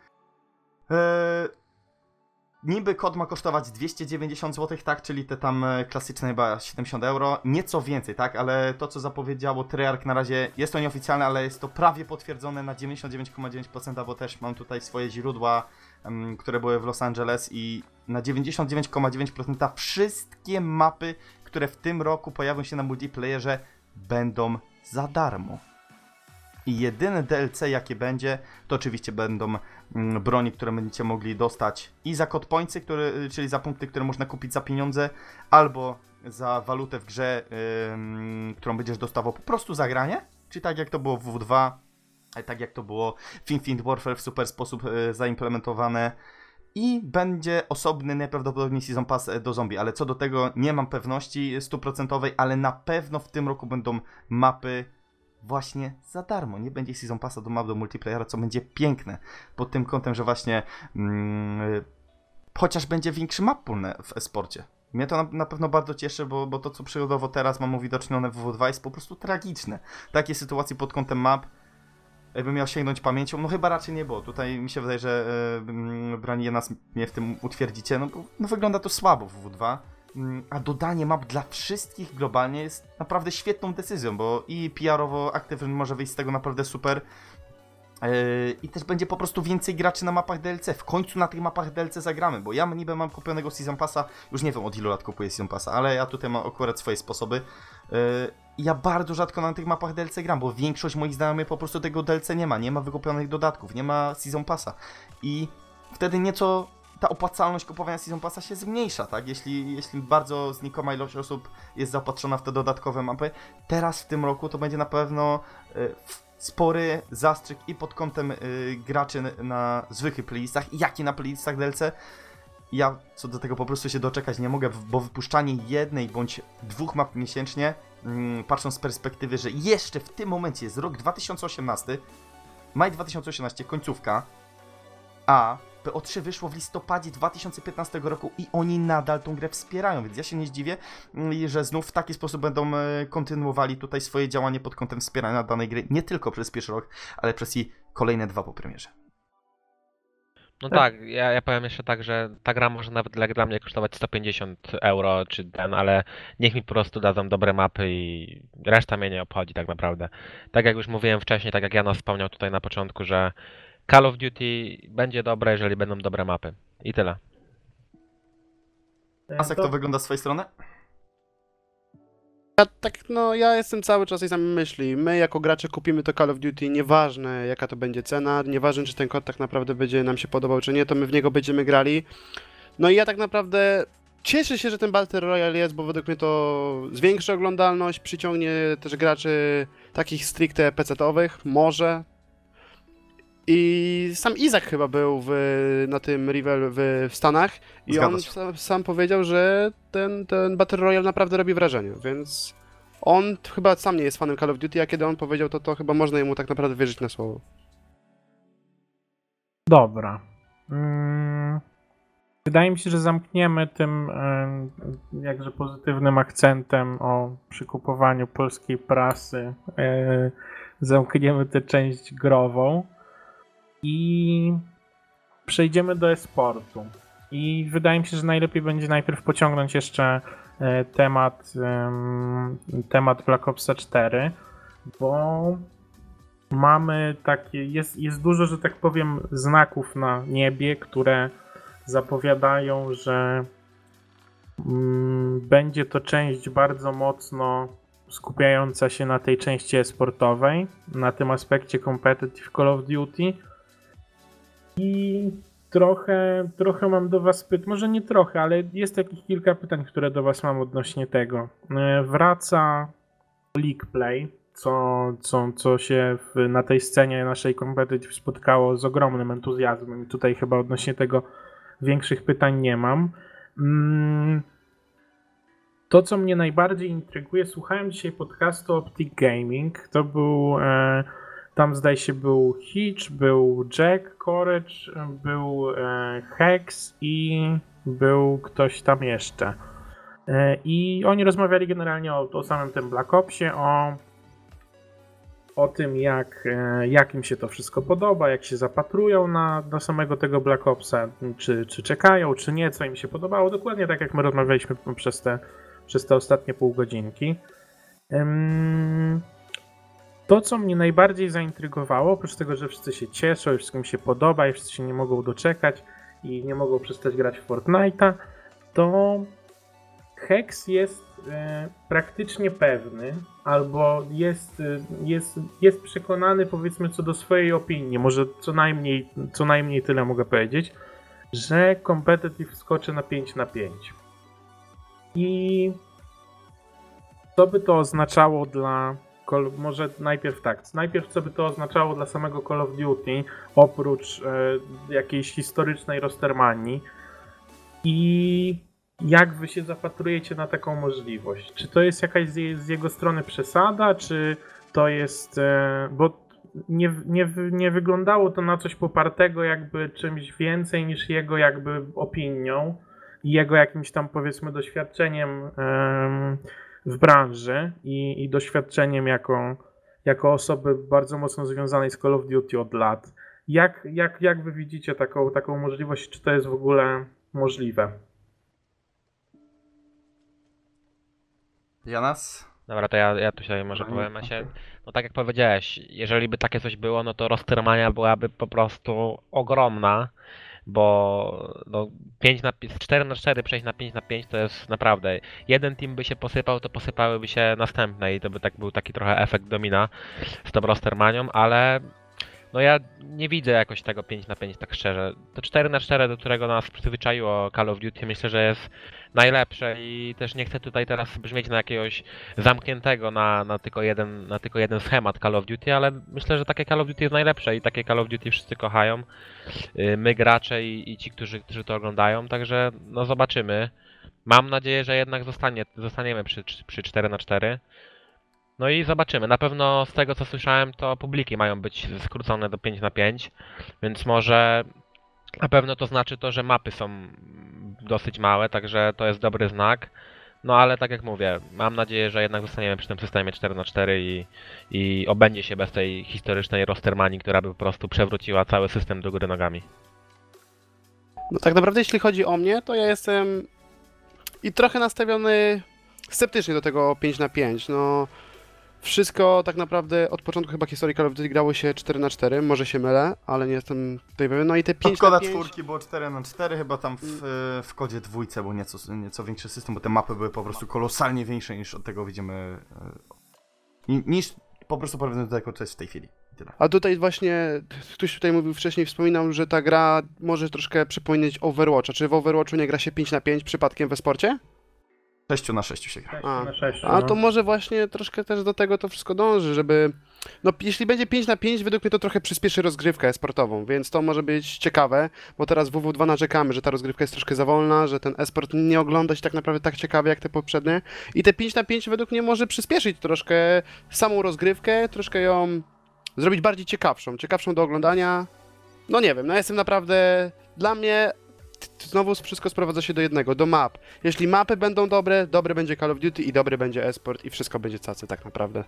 Niby kod ma kosztować 290 zł, tak, czyli te tam klasyczne chyba 70 euro, nieco więcej, tak, ale to co zapowiedziało Treyarch na razie jest to nieoficjalne, ale jest to prawie potwierdzone na 99,9%, bo też mam tutaj swoje źródła, które były w Los Angeles i na 99,9% wszystkie mapy, które w tym roku pojawią się na multiplayerze, będą za darmo. I jedyne DLC jakie będzie, to oczywiście będą broni, które będziecie mogli dostać i za code pointsy, czyli za punkty, które można kupić za pieniądze, albo za walutę w grze, którą będziesz dostawał po prostu za granie, czyli tak jak to było w WW2, tak jak to było w Infinite Warfare w super sposób zaimplementowane. I będzie osobny najprawdopodobniej Season Pass do zombie, ale co do tego nie mam pewności 100%, ale na pewno w tym roku będą mapy właśnie za darmo. Nie będzie Season Passa do map do multiplayera, co będzie piękne pod tym kątem, że właśnie chociaż będzie większy map pool w e-sporcie. Mnie to na pewno bardzo cieszy, bo to co przykładowo teraz mam uwidocznione w WW2 jest po prostu tragiczne. Takie sytuacje pod kątem map, jakbym miał sięgnąć pamięcią, no chyba raczej nie było. Tutaj mi się wydaje, że branie nas mnie w tym utwierdzicie, no wygląda to słabo w WW2. A dodanie map dla wszystkich globalnie jest naprawdę świetną decyzją, bo i PR-owo Activision może wyjść z tego naprawdę super. I też będzie po prostu więcej graczy na mapach DLC. W końcu na tych mapach DLC zagramy, bo ja niby mam kupionego Season Passa, już nie wiem od ilu lat kupuję Season Passa, ale ja tutaj mam akurat swoje sposoby. Ja bardzo rzadko na tych mapach DLC gram, bo większość moich znajomych po prostu tego DLC nie ma wykupionych dodatków, nie ma Season Passa. I wtedy nieco ta opłacalność kupowania Season Passa się zmniejsza, tak? Jeśli bardzo znikoma ilość osób jest zaopatrzona w te dodatkowe mapy, teraz w tym roku to będzie na pewno spory zastrzyk i pod kątem graczy na zwykłych playlistach, jak i na playlistach DLC. Ja co do tego po prostu się doczekać nie mogę, bo wypuszczanie jednej bądź dwóch map miesięcznie, patrząc z perspektywy, że jeszcze w tym momencie jest rok 2018, maj 2018, końcówka, a PO3 wyszło w listopadzie 2015 roku i oni nadal tą grę wspierają, więc ja się nie zdziwię, że znów w taki sposób będą kontynuowali tutaj swoje działanie pod kątem wspierania danej gry, nie tylko przez pierwszy rok, ale przez i kolejne dwa po premierze. No tak, ja powiem jeszcze tak, że ta gra może nawet dla mnie kosztować 150 euro czy ten, ale niech mi po prostu dadzą dobre mapy i reszta mnie nie obchodzi tak naprawdę. Tak jak już mówiłem wcześniej, tak jak Janos wspomniał tutaj na początku, że Call of Duty będzie dobre, jeżeli będą dobre mapy. I tyle. A jak to wygląda z twojej strony? Ja jestem cały czas tej samej myśli. My jako gracze kupimy to Call of Duty, nieważne jaka to będzie cena, nieważne czy ten kod tak naprawdę będzie nam się podobał czy nie, to my w niego będziemy grali. No i ja tak naprawdę cieszę się, że ten Battle Royale jest, bo według mnie to zwiększy oglądalność, przyciągnie też graczy takich stricte PC-owych, może. I sam Izak chyba był na tym Rival w Stanach i on sam powiedział, że ten Battle Royale naprawdę robi wrażenie, więc on chyba sam nie jest fanem Call of Duty, a kiedy on powiedział to chyba można mu tak naprawdę wierzyć na słowo. Dobra. Wydaje mi się, że zamkniemy tym jakże pozytywnym akcentem o przykupowaniu polskiej prasy. Zamkniemy tę część grową. I przejdziemy do e-sportu. I wydaje mi się, że najlepiej będzie najpierw pociągnąć jeszcze temat Black Opsa 4, bo mamy takie, jest dużo, że tak powiem, znaków na niebie, które zapowiadają, że będzie to część bardzo mocno skupiająca się na tej części e-sportowej, na tym aspekcie competitive Call of Duty. I trochę mam do was pytań, może nie trochę, ale jest takich kilka pytań, które do was mam odnośnie tego. Wraca League Play, co się na tej scenie naszej competitive spotkało z ogromnym entuzjazmem i tutaj chyba odnośnie tego większych pytań nie mam. To, co mnie najbardziej intryguje, słuchałem dzisiaj podcastu Optic Gaming. To był, tam zdaje się był Hitch, był Jack Courage, był Hex i był ktoś tam jeszcze. I oni rozmawiali generalnie o samym tym Black Opsie, o tym jak im się to wszystko podoba, jak się zapatrują na samego tego Black Opsa, czy czekają, czy nie, co im się podobało. Dokładnie tak jak my rozmawialiśmy przez te ostatnie pół godzinki. To, co mnie najbardziej zaintrygowało, oprócz tego, że wszyscy się cieszą i wszystkim się podoba i wszyscy się nie mogą doczekać i nie mogą przestać grać w Fortnite'a, to Hex jest praktycznie pewny, albo jest przekonany, powiedzmy, co do swojej opinii, może co najmniej tyle mogę powiedzieć, że competitive skoczy na 5/5. I co by to oznaczało może najpierw co by to oznaczało dla samego Call of Duty, oprócz jakiejś historycznej roztermanii, i jak wy się zapatrujecie na taką możliwość? Czy to jest jakaś z jego strony przesada, czy to jest... bo nie wyglądało to na coś popartego jakby czymś więcej niż jego jakby opinią i jego jakimś tam, powiedzmy, doświadczeniem w branży i doświadczeniem jako osoby bardzo mocno związanej z Call of Duty od lat. Jak wy widzicie taką możliwość? Czy to jest w ogóle możliwe? Janas? Dobra, to ja tu się może powiem. No tak jak powiedziałeś, jeżeli by takie coś było, no to roztermania byłaby po prostu ogromna, bo no 4/4 przejść na 5/5 to jest naprawdę, jeden team by się posypał, to posypałyby się następne i to by był taki trochę efekt domina z tą roztermanią, ale no ja nie widzę jakoś tego 5/5, tak szczerze. To 4/4, do którego nas przyzwyczaiło Call of Duty, myślę, że jest najlepsze i też nie chcę tutaj teraz brzmieć na jakiegoś zamkniętego na tylko jeden schemat Call of Duty, ale myślę, że takie Call of Duty jest najlepsze i takie Call of Duty wszyscy kochają. My gracze i ci, którzy to oglądają, także no zobaczymy. Mam nadzieję, że jednak zostaniemy przy 4/4. No i zobaczymy. Na pewno z tego, co słyszałem, to publiki mają być skrócone do 5/5, więc może na pewno to znaczy to, że mapy są dosyć małe, także to jest dobry znak. No ale tak jak mówię, mam nadzieję, że jednak zostaniemy przy tym systemie 4/4 i obędzie się bez tej historycznej roztermanii, która by po prostu przewróciła cały system do góry nogami. No tak naprawdę jeśli chodzi o mnie, to ja jestem i trochę nastawiony sceptycznie do tego 5/5. No wszystko tak naprawdę od początku chyba historii Call of Duty grało się 4/4, może się mylę, ale nie jestem tutaj pewien. No i te 5/5... Koda 4 było 4/4, chyba tam w kodzie 2 był nieco większy system, bo te mapy były po prostu kolosalnie większe niż od tego widzimy, niż po prostu porównać do tego, co jest w tej chwili. Tyle. A tutaj właśnie, ktoś tutaj mówił wcześniej, wspominał, że ta gra może troszkę przypominać Overwatcha. Czy w Overwatchu nie gra się 5/5 przypadkiem we sporcie? 6/6 się gra. 6/6, A to może właśnie troszkę też do tego to wszystko dąży, żeby... No jeśli będzie 5/5, według mnie to trochę przyspieszy rozgrywkę sportową, więc to może być ciekawe, bo teraz w WW2 narzekamy, że ta rozgrywka jest troszkę za wolna, że ten e-sport nie ogląda się tak naprawdę tak ciekawie jak te poprzednie i te 5/5 według mnie może przyspieszyć troszkę samą rozgrywkę, troszkę ją zrobić bardziej ciekawszą do oglądania. No nie wiem, no jestem naprawdę... Dla mnie... Znowu wszystko sprowadza się do jednego, do map. Jeśli mapy będą dobre, dobry będzie Call of Duty i dobry będzie e-sport i wszystko będzie cacy tak naprawdę.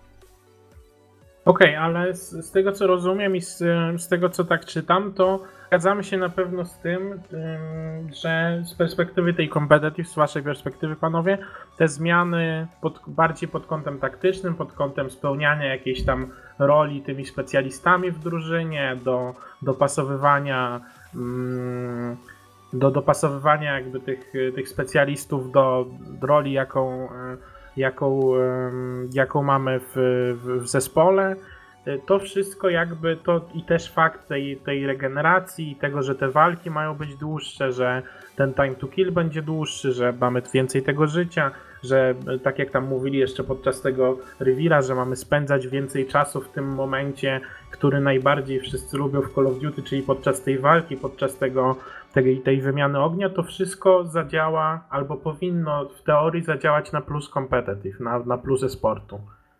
Okej, ale z tego co rozumiem i z tego co tak czytam, to zgadzamy się na pewno z tym, że z perspektywy tej competitive, z waszej perspektywy panowie, te zmiany bardziej pod kątem taktycznym, pod kątem spełniania jakiejś tam roli tymi specjalistami w drużynie, do dopasowywania jakby tych specjalistów do roli, jaką mamy w zespole. To wszystko jakby to i też fakt tej regeneracji i tego, że te walki mają być dłuższe, że ten time to kill będzie dłuższy, że mamy więcej tego życia, że tak jak tam mówili jeszcze podczas tego reveala, że mamy spędzać więcej czasu w tym momencie, który najbardziej wszyscy lubią w Call of Duty, czyli podczas tej walki, podczas tej wymiany ognia, to wszystko zadziała, albo powinno w teorii zadziałać na plus competitive, na plus e-sportu.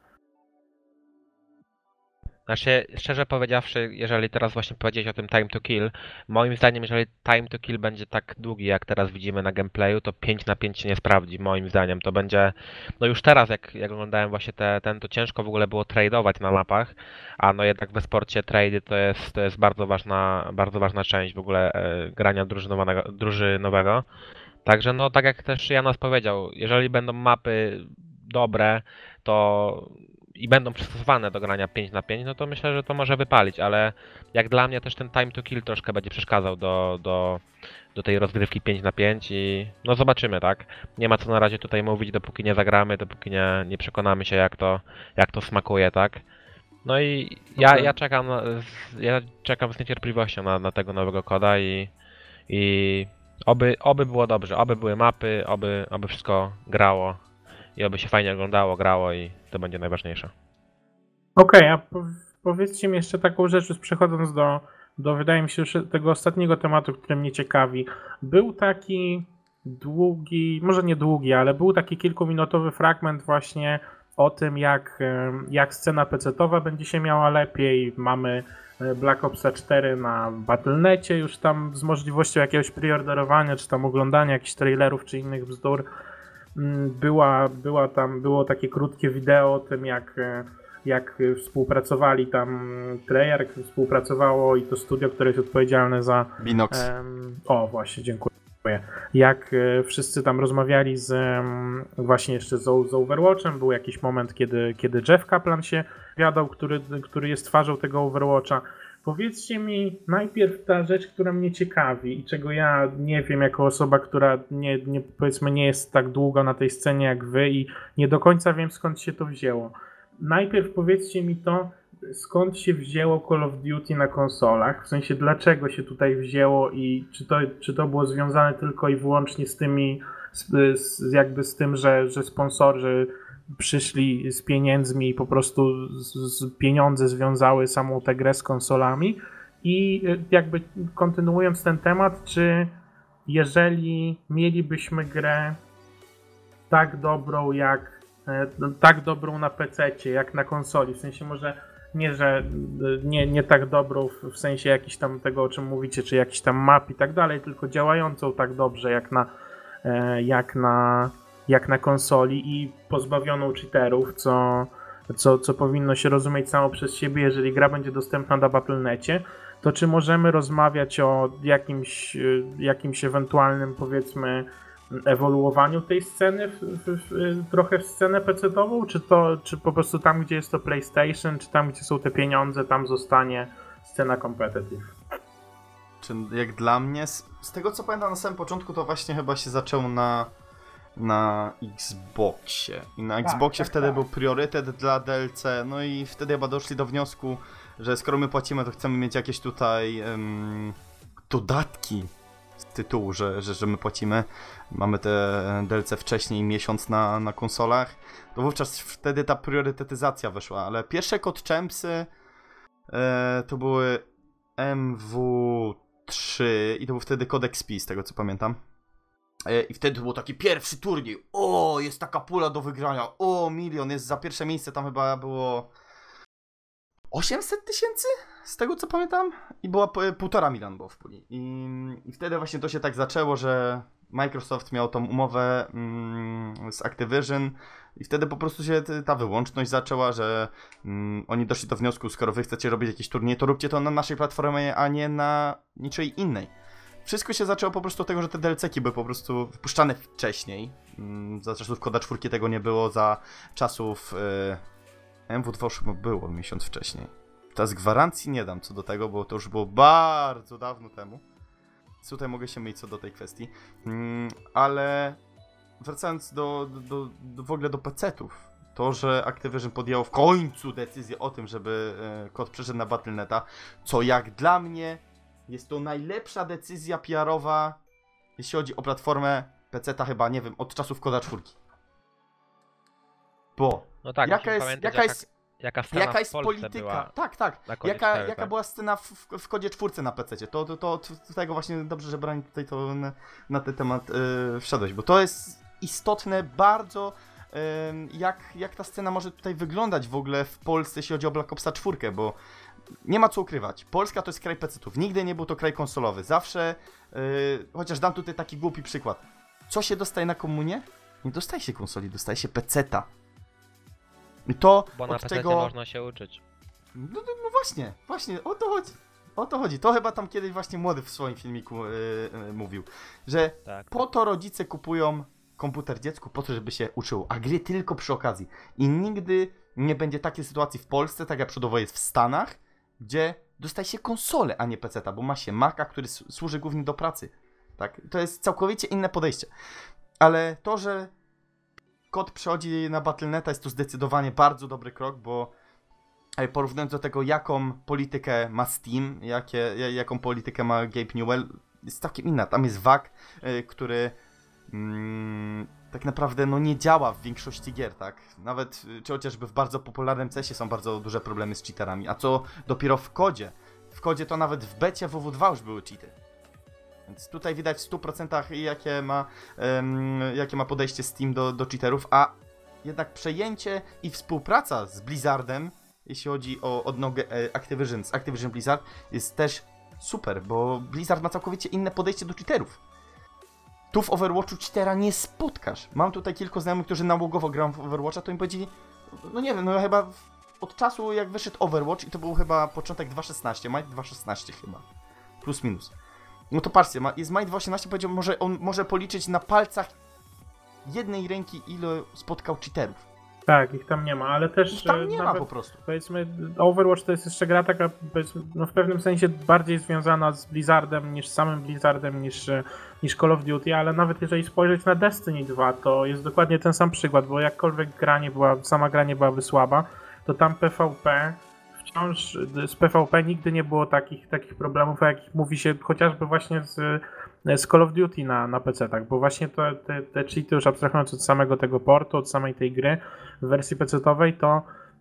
Znaczy, szczerze powiedziawszy, jeżeli teraz właśnie powiedzieć o tym time to kill, moim zdaniem, jeżeli time to kill będzie tak długi, jak teraz widzimy na gameplayu, to 5 na 5 się nie sprawdzi, moim zdaniem. To będzie, no już teraz, jak oglądałem właśnie to ciężko w ogóle było tradeować na mapach, a no jednak w sporcie trady to jest bardzo ważna część w ogóle grania drużynowego. Także no, tak jak też Janas powiedział, jeżeli będą mapy dobre, to i będą przystosowane do grania 5 na 5, no to myślę, że to może wypalić, ale jak dla mnie też ten time to kill troszkę będzie przeszkadzał do tej rozgrywki 5 na 5 i no zobaczymy, tak? Nie ma co na razie tutaj mówić, dopóki nie zagramy, dopóki nie przekonamy się jak to smakuje, tak? No i ja czekam z niecierpliwością na tego nowego koda i oby było dobrze, oby były mapy, oby wszystko grało i oby się fajnie oglądało, grało i to będzie najważniejsze. Okej, a powiedzcie mi jeszcze taką rzecz, już przechodząc do wydaje mi się już tego ostatniego tematu, który mnie ciekawi. Był taki długi, może nie długi, ale był taki kilkuminutowy fragment właśnie o tym, jak scena PC-towa będzie się miała lepiej. Mamy Black Opsa 4 na Battle.necie już tam z możliwością jakiegoś preorderowania, czy tam oglądania jakichś trailerów, czy innych bzdur. Było takie krótkie wideo o tym, jak współpracowali tam Treyarch, współpracowało i to studio, które jest odpowiedzialne za... Binox. Właśnie, dziękuję. Jak wszyscy tam rozmawiali właśnie jeszcze z Overwatchem, był jakiś moment, kiedy Jeff Kaplan się wiadał, który jest twarzą tego Overwatcha. Powiedzcie mi najpierw ta rzecz, która mnie ciekawi i czego ja nie wiem jako osoba, która powiedzmy nie jest tak długo na tej scenie jak wy i nie do końca wiem, skąd się to wzięło. Najpierw powiedzcie mi to, skąd się wzięło Call of Duty na konsolach, w sensie dlaczego się tutaj wzięło i czy to było związane tylko i wyłącznie z tym, że sponsorzy przyszli z pieniędzmi i po prostu pieniądze związały samą tę grę z konsolami i jakby kontynuując ten temat, czy jeżeli mielibyśmy grę tak dobrą na PC-cie, jak na konsoli, w sensie może nie tak dobrą w sensie jakiś tam tego, o czym mówicie, czy jakiś tam map i tak dalej, tylko działającą tak dobrze jak na konsoli i pozbawioną cheaterów, co powinno się rozumieć samo przez siebie, jeżeli gra będzie dostępna na Battle.necie, to czy możemy rozmawiać o jakimś ewentualnym, powiedzmy, ewoluowaniu tej sceny trochę w scenę PC-tową, czy po prostu tam, gdzie jest to PlayStation, czy tam, gdzie są te pieniądze, tam zostanie scena competitive? Czy jak dla mnie, z tego co pamiętam na samym początku, to właśnie chyba się zaczęło na Xboxie. I na Xboxie wtedy był priorytet dla DLC, no i wtedy chyba doszli do wniosku, że skoro my płacimy, to chcemy mieć jakieś tutaj dodatki z tytułu, że my płacimy. Mamy te DLC wcześniej, miesiąc na konsolach. To wówczas wtedy ta priorytetyzacja wyszła, ale pierwsze COD Champsy to były MW3 i to był wtedy COD XP, z tego co pamiętam. I wtedy był taki pierwszy turniej. O, jest taka pula do wygrania. O, milion jest za pierwsze miejsce. Tam chyba było 800 000? Z tego co pamiętam. I była 1,5 miliona było w puli. I wtedy właśnie to się tak zaczęło, że Microsoft miał tą umowę z Activision. I wtedy po prostu się ta wyłączność zaczęła, że oni doszli do wniosku, skoro wy chcecie robić jakieś turnieje, to róbcie to na naszej platformie, a nie na niczej innej. Wszystko się zaczęło po prostu od tego, że te DLC-ki były po prostu wypuszczane wcześniej. Za czasów Koda 4 tego nie było, za czasów MW2 już było miesiąc wcześniej. Teraz gwarancji nie dam co do tego, bo to już było bardzo dawno temu. Tutaj mogę się mylić co do tej kwestii. Ale wracając w ogóle do PC-ów. To, że Activision podjęło w końcu decyzję o tym, żeby kod przeszedł na Battle.neta, co jak dla mnie jest to najlepsza decyzja PR-owa, jeśli chodzi o platformę PC-ta chyba, nie wiem, od czasów Koda 4. Bo No tak, jaka musimy jest, pamiętać, jaka jaka scena jaka w jest Polsce polityka? była Tak. na kodzie Jaka 4, tak? była scena w kodzie 4 na PC? To tego właśnie dobrze, że Brian tutaj to na ten temat wszedłeś, bo to jest istotne bardzo, jak ta scena może tutaj wyglądać w ogóle w Polsce, jeśli chodzi o Black Opsa 4, bo nie ma co ukrywać. Polska to jest kraj PC-ów. Nigdy nie był to kraj konsolowy. Zawsze, chociaż dam tutaj taki głupi przykład. Co się dostaje na komunie? Nie dostaje się konsoli, dostaje się PC-ta. I to Bo na od PC tego... można się uczyć. No właśnie, o to chodzi. O to chodzi. To chyba tam kiedyś właśnie Młody w swoim filmiku mówił, że Tak. po to rodzice kupują komputer dziecku, po to, żeby się uczył, a gry tylko przy okazji. I nigdy nie będzie takiej sytuacji w Polsce, tak jak przykładowo jest w Stanach, gdzie dostaje się konsolę, a nie PC-ta, bo ma się Maca, który służy głównie do pracy. Tak? To jest całkowicie inne podejście. Ale to, że kod przechodzi na Battle.neta, jest to zdecydowanie bardzo dobry krok, bo porównując do tego, jaką politykę ma Steam, jaką politykę ma Gabe Newell, jest całkiem inna. Tam jest WAG, który tak naprawdę no, nie działa w większości gier, tak? Nawet, czy chociażby w bardzo popularnym CS-ie są bardzo duże problemy z cheaterami, a co dopiero w kodzie. W kodzie to nawet w becie WW2 już były cheaty. Więc tutaj widać w 100% jakie ma podejście Steam do cheaterów, a jednak przejęcie i współpraca z Blizzardem, jeśli chodzi o odnogę Activision Blizzard, jest też super, bo Blizzard ma całkowicie inne podejście do cheaterów. Tu w Overwatchu cheatera nie spotkasz. Mam tutaj kilku znajomych, którzy nałogowo grają w Overwatcha, to im powiedzieli, no nie wiem, no chyba od czasu jak wyszedł Overwatch i to był chyba początek 2.16, maj 2.16 chyba, plus minus. No to patrzcie, jest maj 2.18, powiedział, on może policzyć na palcach jednej ręki, ile spotkał cheaterów. Tak, ich tam nie ma, ale też... Ich tam nie ma po prostu. Powiedzmy, Overwatch to jest jeszcze gra taka, no w pewnym sensie bardziej związana z Blizzardem niż z samym Blizzardem, niż Call of Duty, ale nawet jeżeli spojrzeć na Destiny 2, to jest dokładnie ten sam przykład, bo jakkolwiek sama gra nie byłaby słaba, to tam PvP wciąż, z PvP nigdy nie było takich problemów, o jakich mówi się chociażby właśnie z Call of Duty na PC-tach, bo właśnie te cheaty, już abstrahując od samego tego portu, od samej tej gry w wersji PC-towej, to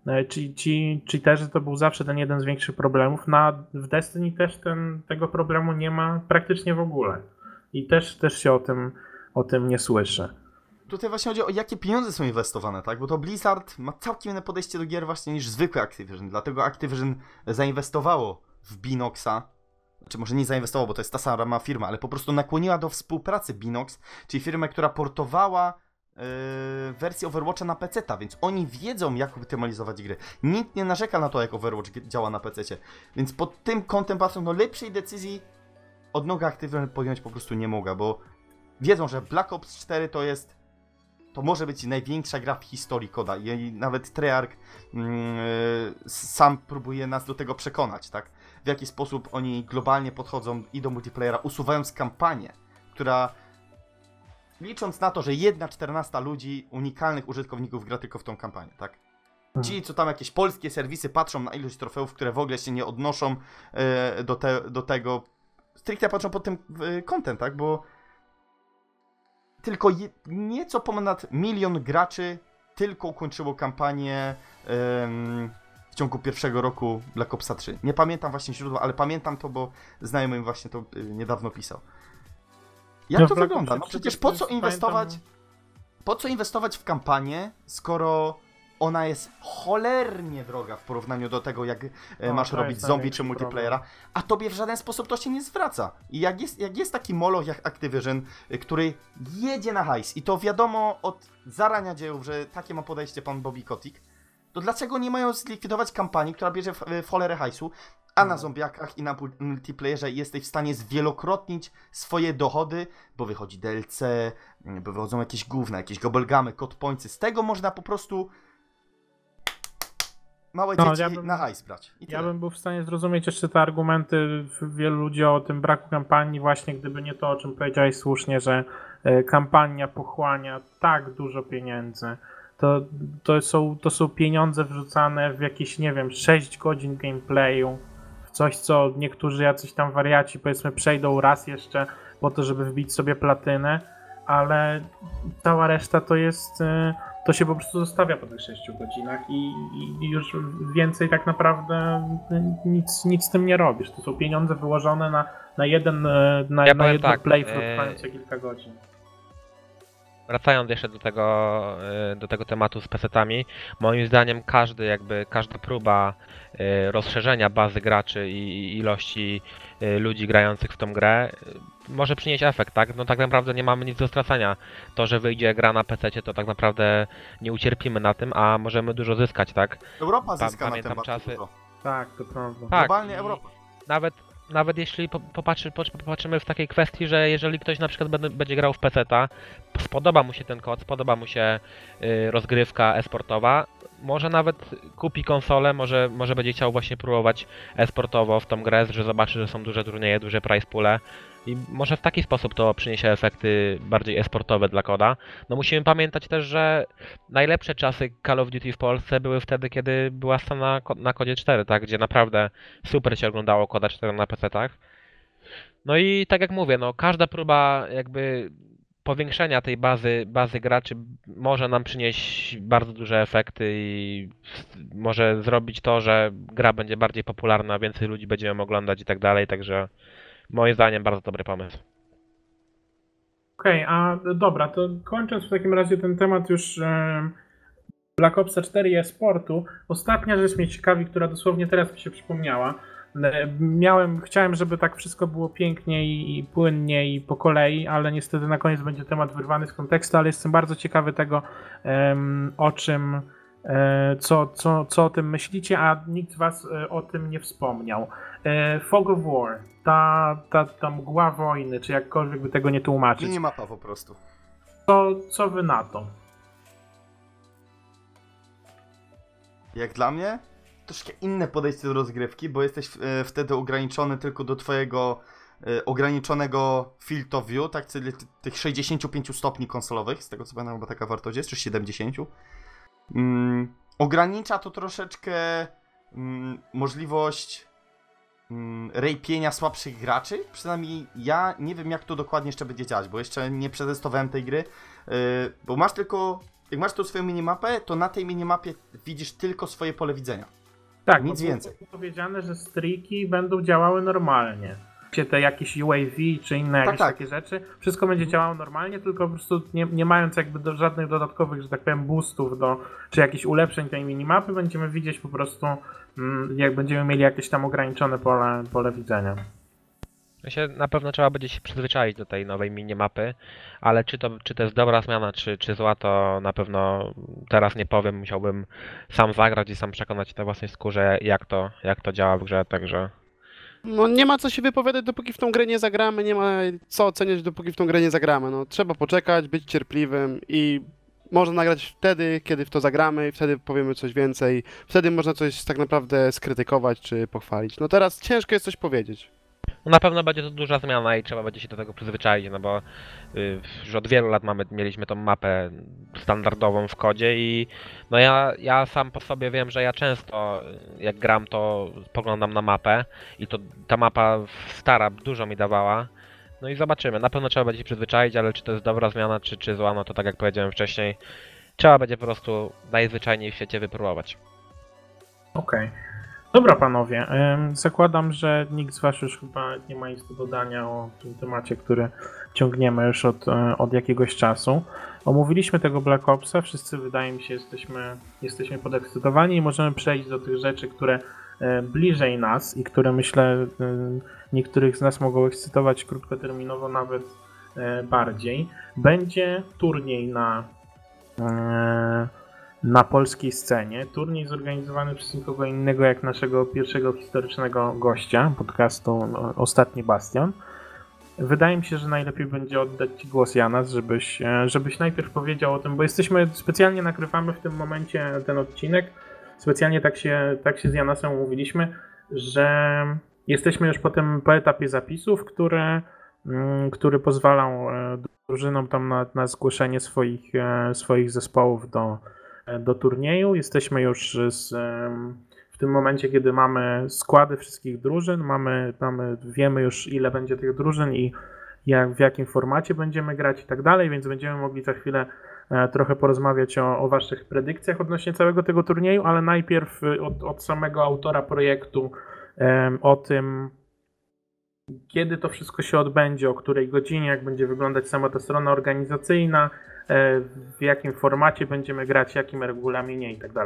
ci cheaterzy to był zawsze ten jeden z większych problemów. W Destiny też tego problemu nie ma praktycznie w ogóle. I też się o tym nie słyszy. Tutaj właśnie chodzi o jakie pieniądze są inwestowane, tak? Bo to Blizzard ma całkiem inne podejście do gier właśnie niż zwykły Activision. Dlatego Activision zainwestowało w Binoxa. Czy może nie zainwestowało, bo to jest ta sama firma, ale po prostu nakłoniła do współpracy Binox, czyli firmę, która portowała wersję Overwatcha na PC-ta, więc oni wiedzą, jak optymalizować gry. Nikt nie narzeka na to, jak Overwatch działa na PC-cie. Więc pod tym kątem patrząc, no lepszej decyzji odnoga Activision podjąć po prostu nie mogła, bo wiedzą, że Black Ops 4 to może być największa gra w historii koda i nawet Treyarch sam próbuje nas do tego przekonać, tak? W jaki sposób oni globalnie podchodzą i do multiplayera, usuwając kampanię, która licząc na to, że 1/14 ludzi, unikalnych użytkowników gra tylko w tą kampanię, tak? Ci, co tam jakieś polskie serwisy patrzą na ilość trofeów, które w ogóle się nie odnoszą do tego, stricte patrzą pod tym kątem, tak? Bo tylko nieco ponad 1 milion graczy tylko ukończyło kampanię w ciągu pierwszego roku Black Opsa 3. Nie pamiętam właśnie źródła, ale pamiętam to, bo znajomy mi właśnie to niedawno pisał. Jak to wygląda? No przecież po co inwestować w kampanię, skoro ona jest cholernie droga w porównaniu do tego, jak masz robić zombie czy multiplayera, a tobie w żaden sposób to się nie zwraca. I jak jest taki moloch jak Activision, który jedzie na hajs i to wiadomo od zarania dziejów, że takie ma podejście pan Bobby Kotick, to dlaczego nie mają zlikwidować kampanii, która bierze w cholerę hajsu, a na zombiakach i na multiplayerze jesteś w stanie zwielokrotnić swoje dochody, bo wychodzi DLC, bo wychodzą jakieś gówna, jakieś gobblegamy, codpointsy. Z tego można po prostu małe dzieci na hajs brać. Ja bym był w stanie zrozumieć jeszcze te argumenty wielu ludzi o tym braku kampanii, właśnie gdyby nie to, o czym powiedziałeś słusznie, że kampania pochłania tak dużo pieniędzy. To są pieniądze wrzucane w jakieś, nie wiem, 6 godzin gameplayu, w coś, co niektórzy jacyś tam wariaci, powiedzmy, przejdą raz jeszcze po to, żeby wbić sobie platynę, ale cała reszta to jest to się po prostu zostawia po tych 6 godzinach i już więcej tak naprawdę nic z tym nie robisz. To są pieniądze wyłożone na jeden playthrough trwający kilka godzin. Wracając jeszcze do tego tematu z pesetami, moim zdaniem każda próba rozszerzenia bazy graczy i ilości ludzi grających w tą grę może przynieść efekt, tak? No tak naprawdę nie mamy nic do stracenia. To, że wyjdzie gra na PC, to tak naprawdę nie ucierpimy na tym, a możemy dużo zyskać, tak? Europa zyska na tym Pamiętam czasy. dużo. Tak, to prawda. Tak, Globalnie Europa. Nawet jeśli popatrzymy w takiej kwestii, że jeżeli ktoś na przykład będzie grał w PC-ta, spodoba mu się ten kod, spodoba mu się rozgrywka e-sportowa, może nawet kupi konsolę, może będzie chciał właśnie próbować e-sportowo w tą grę, że zobaczy, że są duże turnieje, duże prize poole i może w taki sposób to przyniesie efekty bardziej e-sportowe dla koda. No musimy pamiętać też, że najlepsze czasy Call of Duty w Polsce były wtedy, kiedy była scena na kodzie 4, tak, gdzie naprawdę super się oglądało koda 4 na PC-tach. No i tak jak mówię, no każda próba jakby powiększenia tej bazy graczy może nam przynieść bardzo duże efekty i może zrobić to, że gra będzie bardziej popularna, więcej ludzi będzie ją oglądać i tak dalej, także moim zdaniem bardzo dobry pomysł. Okej, a dobra, to kończąc w takim razie ten temat już Black Opsa 4 i e-sportu, ostatnia rzecz mnie ciekawi, która dosłownie teraz mi się przypomniała. Chciałem, żeby tak wszystko było pięknie i płynnie i po kolei, ale niestety na koniec będzie temat wyrwany z kontekstu, ale jestem bardzo ciekawy tego, o czym, co o tym myślicie, a nikt z was o tym nie wspomniał. Fog of War, ta mgła wojny, czy jakkolwiek by tego nie tłumaczyć. Minimapa po prostu. Co wy na to? Jak dla mnie, troszkę inne podejście do rozgrywki, bo jesteś wtedy ograniczony tylko do twojego ograniczonego field of view, tak, czyli tych 65 stopni konsolowych, z tego co pamiętam, bo taka wartość jest, czy 70. Ogranicza to troszeczkę możliwość rejpienia słabszych graczy. Przynajmniej ja nie wiem, jak to dokładnie jeszcze będzie działać, bo jeszcze nie przetestowałem tej gry, bo masz tylko, jak masz tu swoją minimapę, to na tej minimapie widzisz tylko swoje pole widzenia. Tak, nic więcej. Powiedziane, że streaki będą działały normalnie. Te jakieś UAV czy inne jakieś takie rzeczy, wszystko będzie działało normalnie, tylko po prostu nie mając jakby żadnych dodatkowych, że tak powiem, boostów czy jakichś ulepszeń tej minimapy, będziemy widzieć po prostu, jak będziemy mieli jakieś tam ograniczone pole widzenia. Na pewno trzeba będzie się przyzwyczaić do tej nowej minimapy, ale czy to jest dobra zmiana, czy zła, to na pewno teraz nie powiem, musiałbym sam zagrać i sam przekonać się na własnej skórze, jak to działa w grze, także... No nie ma co się wypowiadać, dopóki w tą grę nie zagramy, nie ma co oceniać, dopóki w tą grę nie zagramy. No trzeba poczekać, być cierpliwym i można nagrać wtedy, kiedy w to zagramy i wtedy powiemy coś więcej. Wtedy można coś tak naprawdę skrytykować czy pochwalić. No teraz ciężko jest coś powiedzieć. No na pewno będzie to duża zmiana i trzeba będzie się do tego przyzwyczaić, no bo już od wielu lat mieliśmy tą mapę standardową w kodzie i no ja sam po sobie wiem, że ja często jak gram, to spoglądam na mapę i to ta mapa stara dużo mi dawała. No i zobaczymy, na pewno trzeba będzie się przyzwyczaić, ale czy to jest dobra zmiana, czy zła, no to tak jak powiedziałem wcześniej, trzeba będzie po prostu najzwyczajniej w świecie wypróbować. Okej. Dobra panowie, zakładam, że nikt z was już chyba nie ma nic do dodania o tym temacie, który ciągniemy już od jakiegoś czasu. Omówiliśmy tego Black Opsa, wszyscy wydaje mi się jesteśmy podekscytowani i możemy przejść do tych rzeczy, które bliżej nas i które myślę niektórych z nas mogą ekscytować krótkoterminowo nawet bardziej. Będzie turniej na polskiej scenie. Turniej zorganizowany przez nikogo innego jak naszego pierwszego historycznego gościa podcastu Ostatni Bastion. Wydaje mi się, że najlepiej będzie oddać Ci głos, Janas, żebyś najpierw powiedział o tym, bo specjalnie nagrywamy w tym momencie ten odcinek. Specjalnie tak się z Janasem umówiliśmy, że jesteśmy już po etapie zapisów, który pozwalał drużynom tam na zgłoszenie swoich zespołów do turnieju. Jesteśmy już w tym momencie, kiedy mamy składy wszystkich drużyn, wiemy już ile będzie tych drużyn i w jakim formacie będziemy grać i tak dalej, więc będziemy mogli za chwilę trochę porozmawiać o waszych predykcjach odnośnie całego tego turnieju, ale najpierw od samego autora projektu o tym, kiedy to wszystko się odbędzie, o której godzinie, jak będzie wyglądać sama ta strona organizacyjna, w jakim formacie będziemy grać, jakim regulaminie itd.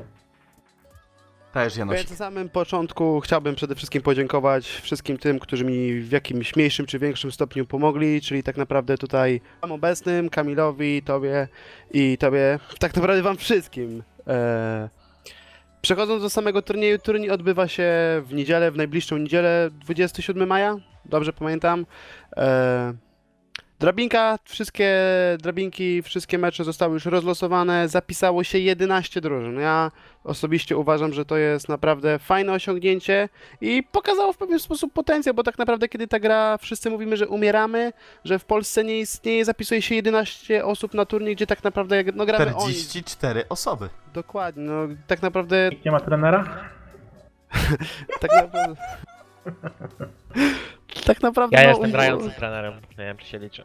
Też Janosik. Więc na samym początku chciałbym przede wszystkim podziękować wszystkim tym, którzy mi w jakimś mniejszym czy większym stopniu pomogli, czyli tak naprawdę tutaj wam obecnym, Kamilowi, tobie i tobie, tak naprawdę wam wszystkim. Przechodząc do samego turnieju, turniej odbywa się w niedzielę, w najbliższą niedzielę, 27 maja, dobrze pamiętam. Wszystkie drabinki, wszystkie mecze zostały już rozlosowane, zapisało się 11 drużyn. Ja osobiście uważam, że to jest naprawdę fajne osiągnięcie i pokazało w pewien sposób potencjał, bo tak naprawdę kiedy ta gra, wszyscy mówimy, że umieramy, że w Polsce nie istnieje, zapisuje się 11 osób na turniej, gdzie tak naprawdę no, gramy 44 osoby. Dokładnie, no tak naprawdę... Nikt nie ma trenera? tak naprawdę... tak naprawdę... Ja no, jestem grającym trenerem, nie wiem czy się liczy.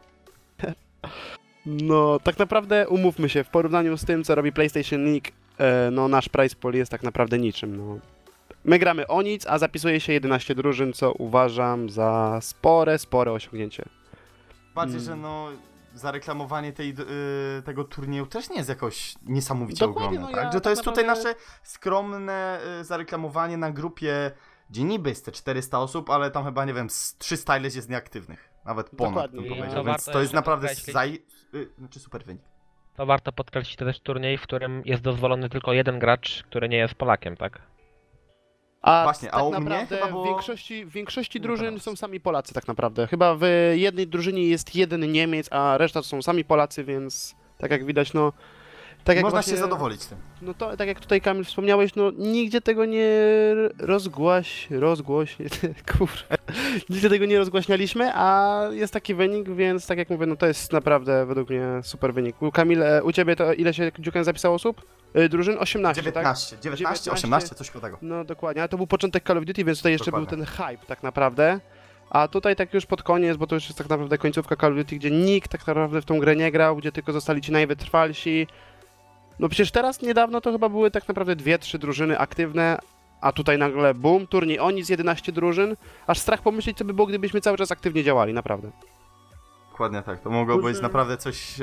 No, tak naprawdę umówmy się, w porównaniu z tym, co robi PlayStation League, no nasz prize pool jest tak naprawdę niczym, no. My gramy o nic, a zapisuje się 11 drużyn, co uważam za spore osiągnięcie. Bardziej, że no zareklamowanie tego turnieju też nie jest jakoś niesamowicie Dokładnie, ogromne, no tak? ja Że to tak jest tutaj naprawdę- nasze skromne zareklamowanie na grupie, gdzie niby jest te 400 osób, ale tam chyba, nie wiem, z 300 ileś jest nieaktywnych. Nawet ponad, Dokładnie. bym I powiedział. to Więc warto to jest jeszcze naprawdę podkreślić. znaczy super wynik. To warto podkreślić też turniej, w którym jest dozwolony tylko jeden gracz, który nie jest Polakiem, tak? A Właśnie, tak a u mnie naprawdę chyba było- w większości Nie drużyn pamiętam. są sami Polacy tak naprawdę. Chyba w jednej drużynie jest jeden Niemiec, a reszta to są sami Polacy, więc tak jak widać, no... Tak jak Można właśnie, się zadowolić tym. No to tak jak tutaj Kamil wspomniałeś, no nigdzie tego nie kurwa, nigdzie tego nie rozgłaśnialiśmy, a jest taki wynik, więc tak jak mówię, no to jest naprawdę według mnie super wynik. Kamil, u ciebie to ile się Dziuken zapisało osób? Drużyn? 18, tak? 19, 18, coś koło tego. No dokładnie, ale to był początek Call of Duty, więc tutaj jeszcze Dokładnie. był ten hype tak naprawdę. A tutaj tak już pod koniec, bo to już jest tak naprawdę końcówka Call of Duty, gdzie nikt tak naprawdę w tą grę nie grał, gdzie tylko zostali ci najwytrwalsi. No przecież teraz niedawno to chyba były tak naprawdę 2-3 drużyny aktywne, a tutaj nagle boom, turniej o nic, 11 drużyn. Aż strach pomyśleć, co by było, gdybyśmy cały czas aktywnie działali, naprawdę. Dokładnie tak, to mogło być naprawdę coś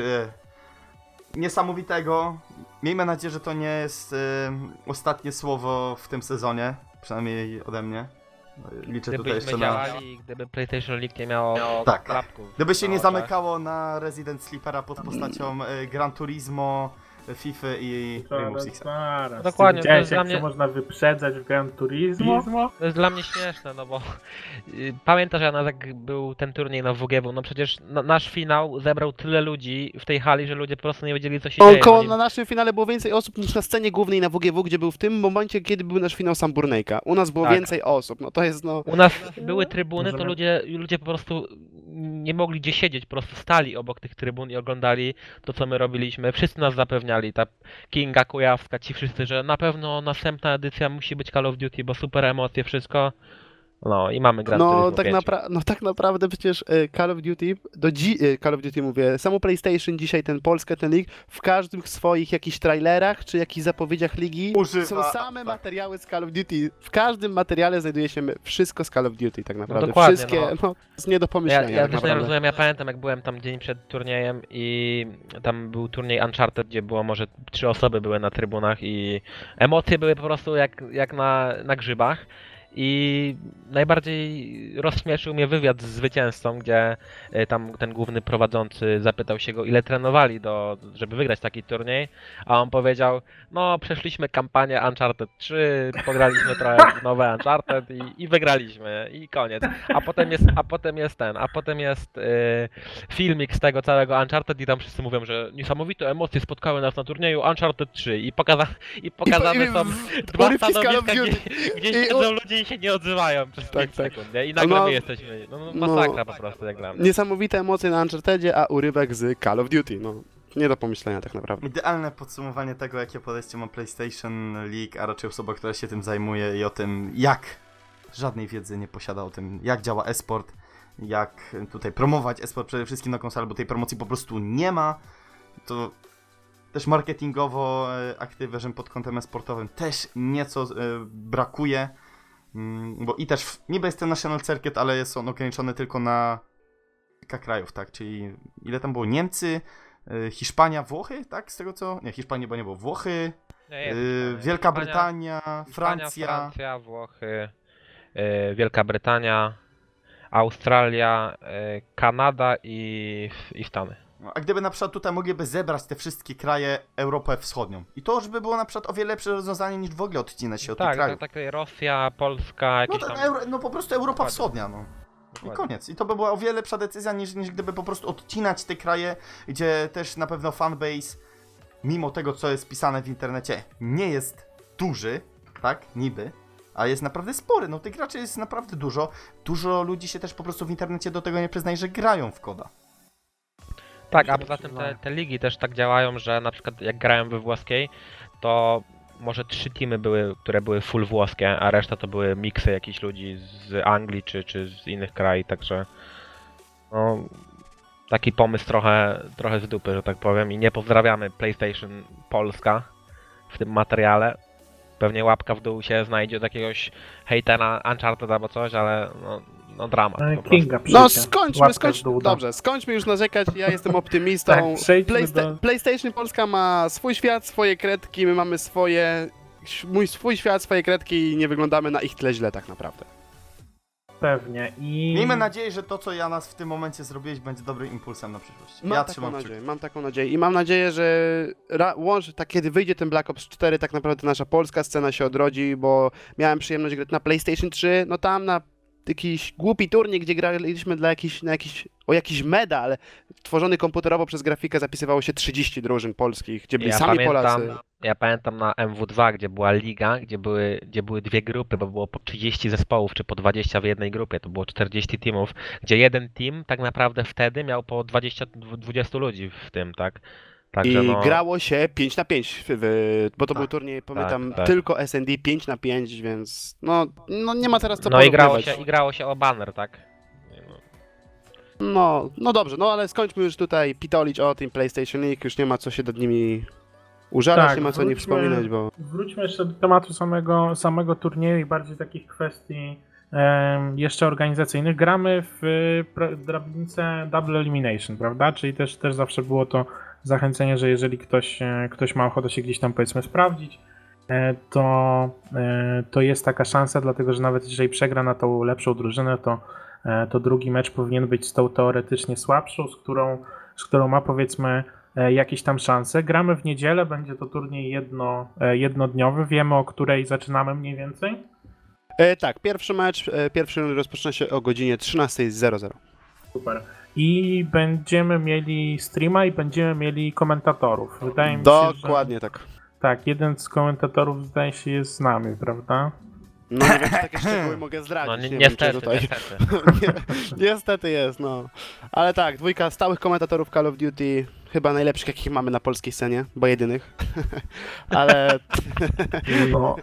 niesamowitego. Miejmy nadzieję, że to nie jest ostatnie słowo w tym sezonie, przynajmniej ode mnie. Liczę tutaj jeszcze Gdybyśmy na... działali, gdyby PlayStation League nie miało Tak. klapków. Gdyby się na nie oczach. zamykało na Resident Sleepera pod postacią Gran Turismo, FIFA i Rainbow Sixa. Zaraz. Dokładnie, to Widziałeś, jest jak dla mnie- się można wyprzedzać w Gran Turismo? To jest dla mnie śmieszne, no bo pamiętasz, Janas, jak był ten turniej na WGW, no przecież nasz finał zebrał tyle ludzi w tej hali, że ludzie po prostu nie wiedzieli, co się dzieje. Około No na naszym finale było więcej osób niż na scenie głównej na WGW, gdzie był w tym momencie, kiedy był nasz finał Sam Burnejka. U nas było Tak. więcej osób, no to jest no... U nas były trybuny, to Możemy- ludzie po prostu nie mogli gdzie siedzieć, po prostu stali obok tych trybun i oglądali to, co my robiliśmy. Wszyscy nas zapewniali, ta Kinga Kujawska, ci wszyscy, że na pewno następna edycja musi być Call of Duty, bo super emocje, wszystko. No i mamy Gran Turismo 5. Tak naprawdę przecież Call of Duty, Call of Duty mówię, samo PlayStation dzisiaj, ten Polska, ten League, w każdym swoich jakichś trailerach, czy jakichś zapowiedziach ligi Używa- są same tak. materiały z Call of Duty. W każdym materiale znajduje się wszystko z Call of Duty tak naprawdę. dokładnie, Wszystkie, no. no, jest nie do Ja pomyślenia tak też nie naprawdę. rozumiem, ja pamiętam jak byłem tam dzień przed turniejem i tam był turniej Uncharted, gdzie było może 3 osoby były na trybunach i emocje były po prostu jak na grzybach. I najbardziej rozśmieszył mnie wywiad z zwycięzcą, gdzie tam ten główny prowadzący zapytał się go, ile trenowali, żeby wygrać taki turniej, a on powiedział, no przeszliśmy kampanię Uncharted 3, pograliśmy trochę w nowe Uncharted i wygraliśmy i koniec. A potem jest filmik z tego całego Uncharted i tam wszyscy mówią, że niesamowite emocje spotkały nas na turnieju Uncharted 3 i pokazane są dwa urywki z Call of stanowiska, Duty. gdzie I siedzą ludzie i się nie odzywają przez Tak, 5 tak. sekund, nie? I nagle No, my jesteśmy, masakra po prostu jak dla mnie. Niesamowite emocje na Unchartedzie, a urywek z Call of Duty, no. Nie do pomyślenia tak naprawdę. Idealne podsumowanie tego, jakie podejście ma PlayStation League, a raczej osoba, która się tym zajmuje i o tym, jak żadnej wiedzy nie posiada o tym, jak działa e-sport, jak tutaj promować e-sport przede wszystkim na konsolę, bo tej promocji po prostu nie ma. To też marketingowo Activision pod kątem sportowym też nieco brakuje, bo i też niby jest ten National Circuit, ale jest on ograniczony tylko na kilka krajów, tak, czyli ile tam było? Niemcy, Hiszpania, Włochy, tak, z tego co? Nie, Hiszpanii bo nie było, Włochy, Wielka Brytania, Francja, Włochy, Wielka Brytania, Australia, Kanada i Stany. A gdyby na przykład tutaj mogliby zebrać te wszystkie kraje Europę Wschodnią i to już by było na przykład o wiele lepsze rozwiązanie niż w ogóle odcinać się od tych krajów. Tak, Rosja, Polska, jakieś tam... No po prostu Europa Wschodnia, no. I koniec. I to by była o wiele lepsza decyzja niż gdyby po prostu odcinać te kraje, gdzie też na pewno fanbase, mimo tego co jest pisane w internecie, nie jest duży, tak, niby, a jest naprawdę spory. No tych graczy jest naprawdę dużo. Dużo ludzi się też po prostu w internecie do tego nie przyznaje, że grają w koda. Tak, a poza tym te ligi też tak działają, że na przykład jak grałem we włoskiej, to może 3 teamy były, które były full włoskie, a reszta to były miksy jakichś ludzi z Anglii czy z innych krajów, także no, taki pomysł trochę z dupy, że tak powiem, i nie pozdrawiamy PlayStation Polska w tym materiale. Pewnie łapka w dół się znajdzie od jakiegoś hejtera Uncharted albo coś, ale no dramat po Kinga, prostu. No skończmy, dobrze, skończmy już narzekać, ja jestem optymistą. Tak, przejdźmy do... PlayStation Polska ma swój świat, swoje kredki, my mamy swój świat, swoje kredki i nie wyglądamy na ich tle źle tak naprawdę. Pewnie i... Miejmy nadzieję, że to co Janas w tym momencie zrobiłeś będzie dobrym impulsem na przyszłość. Mam taką nadzieję i mam nadzieję, że kiedy wyjdzie ten Black Ops 4, tak naprawdę nasza polska scena się odrodzi, bo miałem przyjemność grać na PlayStation 3, no tam na jakiś głupi turniej, gdzie graliśmy o jakiś medal tworzony komputerowo przez grafikę, zapisywało się 30 drużyn polskich, gdzie byli sami Polacy. Ja pamiętam na MW2, gdzie była liga, gdzie były 2 grupy, bo było po 30 zespołów, czy po 20 w jednej grupie, to było 40 teamów, gdzie jeden team tak naprawdę wtedy miał po 20 ludzi w tym, tak? Także I grało się 5 na 5, bo to był turniej, pamiętam, tylko S&D 5 na 5, więc no nie ma teraz co porównywać. I grało się o banner, tak? No dobrze, no ale skończmy już tutaj pitolić o tym PlayStation League, już nie ma co się nad nimi użalać, tak, nie ma co o nich wspominać, bo... Wróćmy jeszcze do tematu samego turnieju i bardziej takich kwestii jeszcze organizacyjnych. Gramy w drabince Double Elimination, prawda? Czyli też zawsze było to zachęcenie, że jeżeli ktoś ma ochotę się gdzieś tam powiedzmy sprawdzić, to jest taka szansa, dlatego że nawet jeżeli przegra na tą lepszą drużynę, to drugi mecz powinien być z tą teoretycznie słabszą, z którą ma powiedzmy jakieś tam szanse. Gramy w niedzielę, będzie to turniej jednodniowy. Wiemy, o której zaczynamy mniej więcej? Tak, pierwszy rozpoczyna się o godzinie 13:00. Super. I będziemy mieli streama i będziemy mieli komentatorów. Wydaje mi się, dokładnie tak. Tak, jeden z komentatorów zdaje się jest z nami, prawda? No nie wiem, czy takie szczegóły mogę zdradzić. No niestety. Niestety Jest, no. Ale tak, 2 stałych komentatorów Call of Duty, chyba najlepszych, jakich mamy na polskiej scenie, bo jedynych. Ale... No.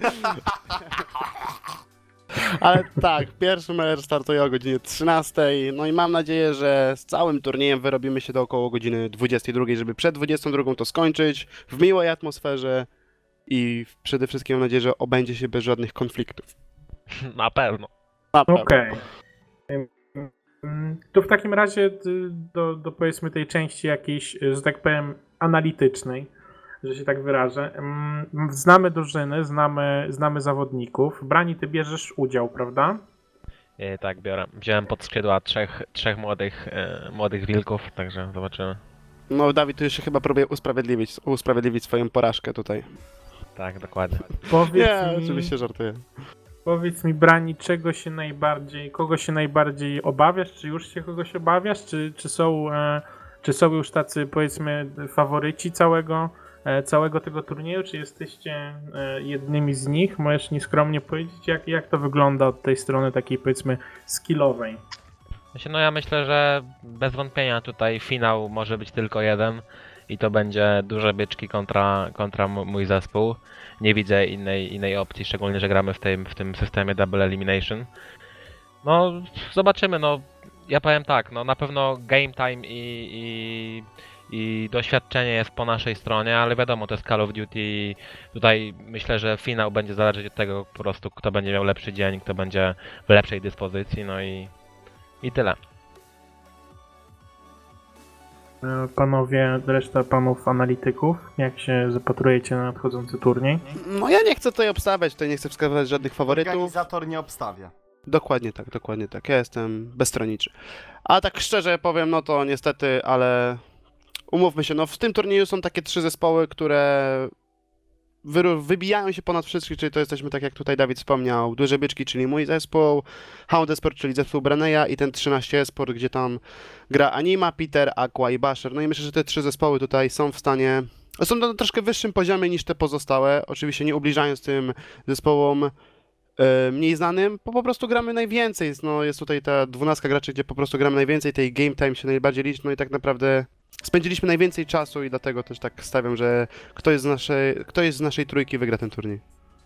Ale tak, pierwszy mecz startuje o godzinie 13:00, no i mam nadzieję, że z całym turniejem wyrobimy się do około godziny 22:00, żeby przed 22:00 to skończyć w miłej atmosferze i przede wszystkim mam nadzieję, że obędzie się bez żadnych konfliktów. Na pewno. Okej. To w takim razie do powiedzmy tej części jakiejś, że tak powiem, analitycznej, że się tak wyrażę. Znamy drużyny, znamy zawodników. Brani, ty bierzesz udział, prawda? Tak, biorę. Wziąłem pod skrzydła trzech młodych wilków, także zobaczymy. No, Dawid, tu jeszcze chyba próbuje usprawiedliwić swoją porażkę tutaj. Tak, dokładnie. Oczywiście żartuję. Powiedz mi, Brani, kogo się najbardziej obawiasz? Czy już się kogoś obawiasz? Czy są już tacy, powiedzmy, faworyci całego tego turnieju? Czy jesteście jednymi z nich? Możesz nieskromnie powiedzieć, jak to wygląda od tej strony takiej, powiedzmy, skillowej? No ja myślę, że bez wątpienia tutaj finał może być tylko jeden i to będzie duże byczki kontra mój zespół. Nie widzę innej opcji, szczególnie, że gramy w tym systemie Double Elimination. No, zobaczymy, no. Ja powiem tak, no na pewno game time i doświadczenie jest po naszej stronie, ale wiadomo, to jest Call of Duty i tutaj myślę, że finał będzie zależeć od tego po prostu, kto będzie miał lepszy dzień, kto będzie w lepszej dyspozycji, no i tyle. Panowie, reszta panów analityków, jak się zapatrujecie na nadchodzący turniej? No ja nie chcę tutaj obstawiać, tutaj nie chcę wskazywać żadnych faworytów. Organizator nie obstawia. Dokładnie tak. Ja jestem bezstronniczy. A tak szczerze powiem, no to niestety, ale umówmy się, no w tym turnieju są takie 3 zespoły, które wybijają się ponad wszystkich, czyli to jesteśmy, tak jak tutaj Dawid wspomniał, Duże Byczki, czyli mój zespół, Hound Esport, czyli zespół Braneya i ten 13 Esport, gdzie tam gra Anima, Peter, Aqua i Basher. No i myślę, że te 3 zespoły tutaj są w stanie, są na troszkę wyższym poziomie niż te pozostałe, oczywiście nie ubliżając tym zespołom mniej znanym, bo po prostu gramy najwięcej. No, jest tutaj ta 12 graczy, gdzie po prostu gramy najwięcej, tej game time się najbardziej liczy, no i tak naprawdę spędziliśmy najwięcej czasu i dlatego też tak stawiam, że ktoś z naszej trójki wygra ten turniej.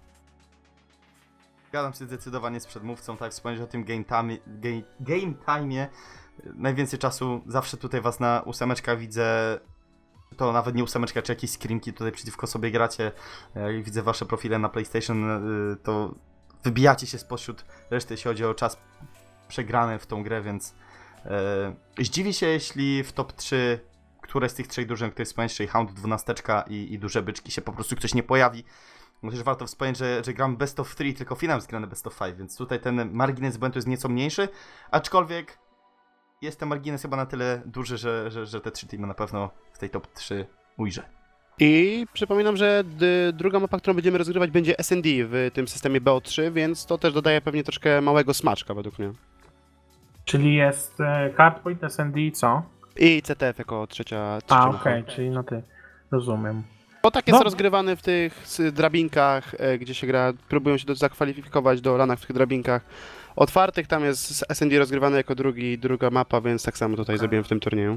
Zgadzam się zdecydowanie z przedmówcą, tak, wspomnieć o tym game time'ie. Najwięcej czasu zawsze tutaj was na 8 widzę. To nawet nie 8, czy jakieś screenki tutaj przeciwko sobie gracie. Jak widzę wasze profile na PlayStation, to wybijacie się spośród reszty, jeśli chodzi o czas przegrany w tą grę, więc zdziwi się, jeśli w top 3 któreś z tych 3 drużyn, które wspomniałeś, czyli Hound, 12 i Duże Byczki, się po prostu ktoś nie pojawi. Też warto wspomnieć, że gramy best of 3, tylko finał jest grany best of 5, więc tutaj ten margines błędu jest nieco mniejszy, aczkolwiek jest ten margines chyba na tyle duży, że te 3 teamy na pewno w tej top 3 ujrzę. I przypominam, że druga mapa, którą będziemy rozgrywać, będzie S&D w tym systemie BO3, więc to też dodaje pewnie troszkę małego smaczka według mnie. Czyli jest Hardpoint, S&D i co? I CTF jako trzecia Okej, czyli no ty, rozumiem. Bo tak jest rozgrywany w tych drabinkach, gdzie się gra, próbują się zakwalifikować do ranach w tych drabinkach otwartych, tam jest S&D rozgrywany jako druga mapa, więc tak samo tutaj zrobiłem w tym turnieju.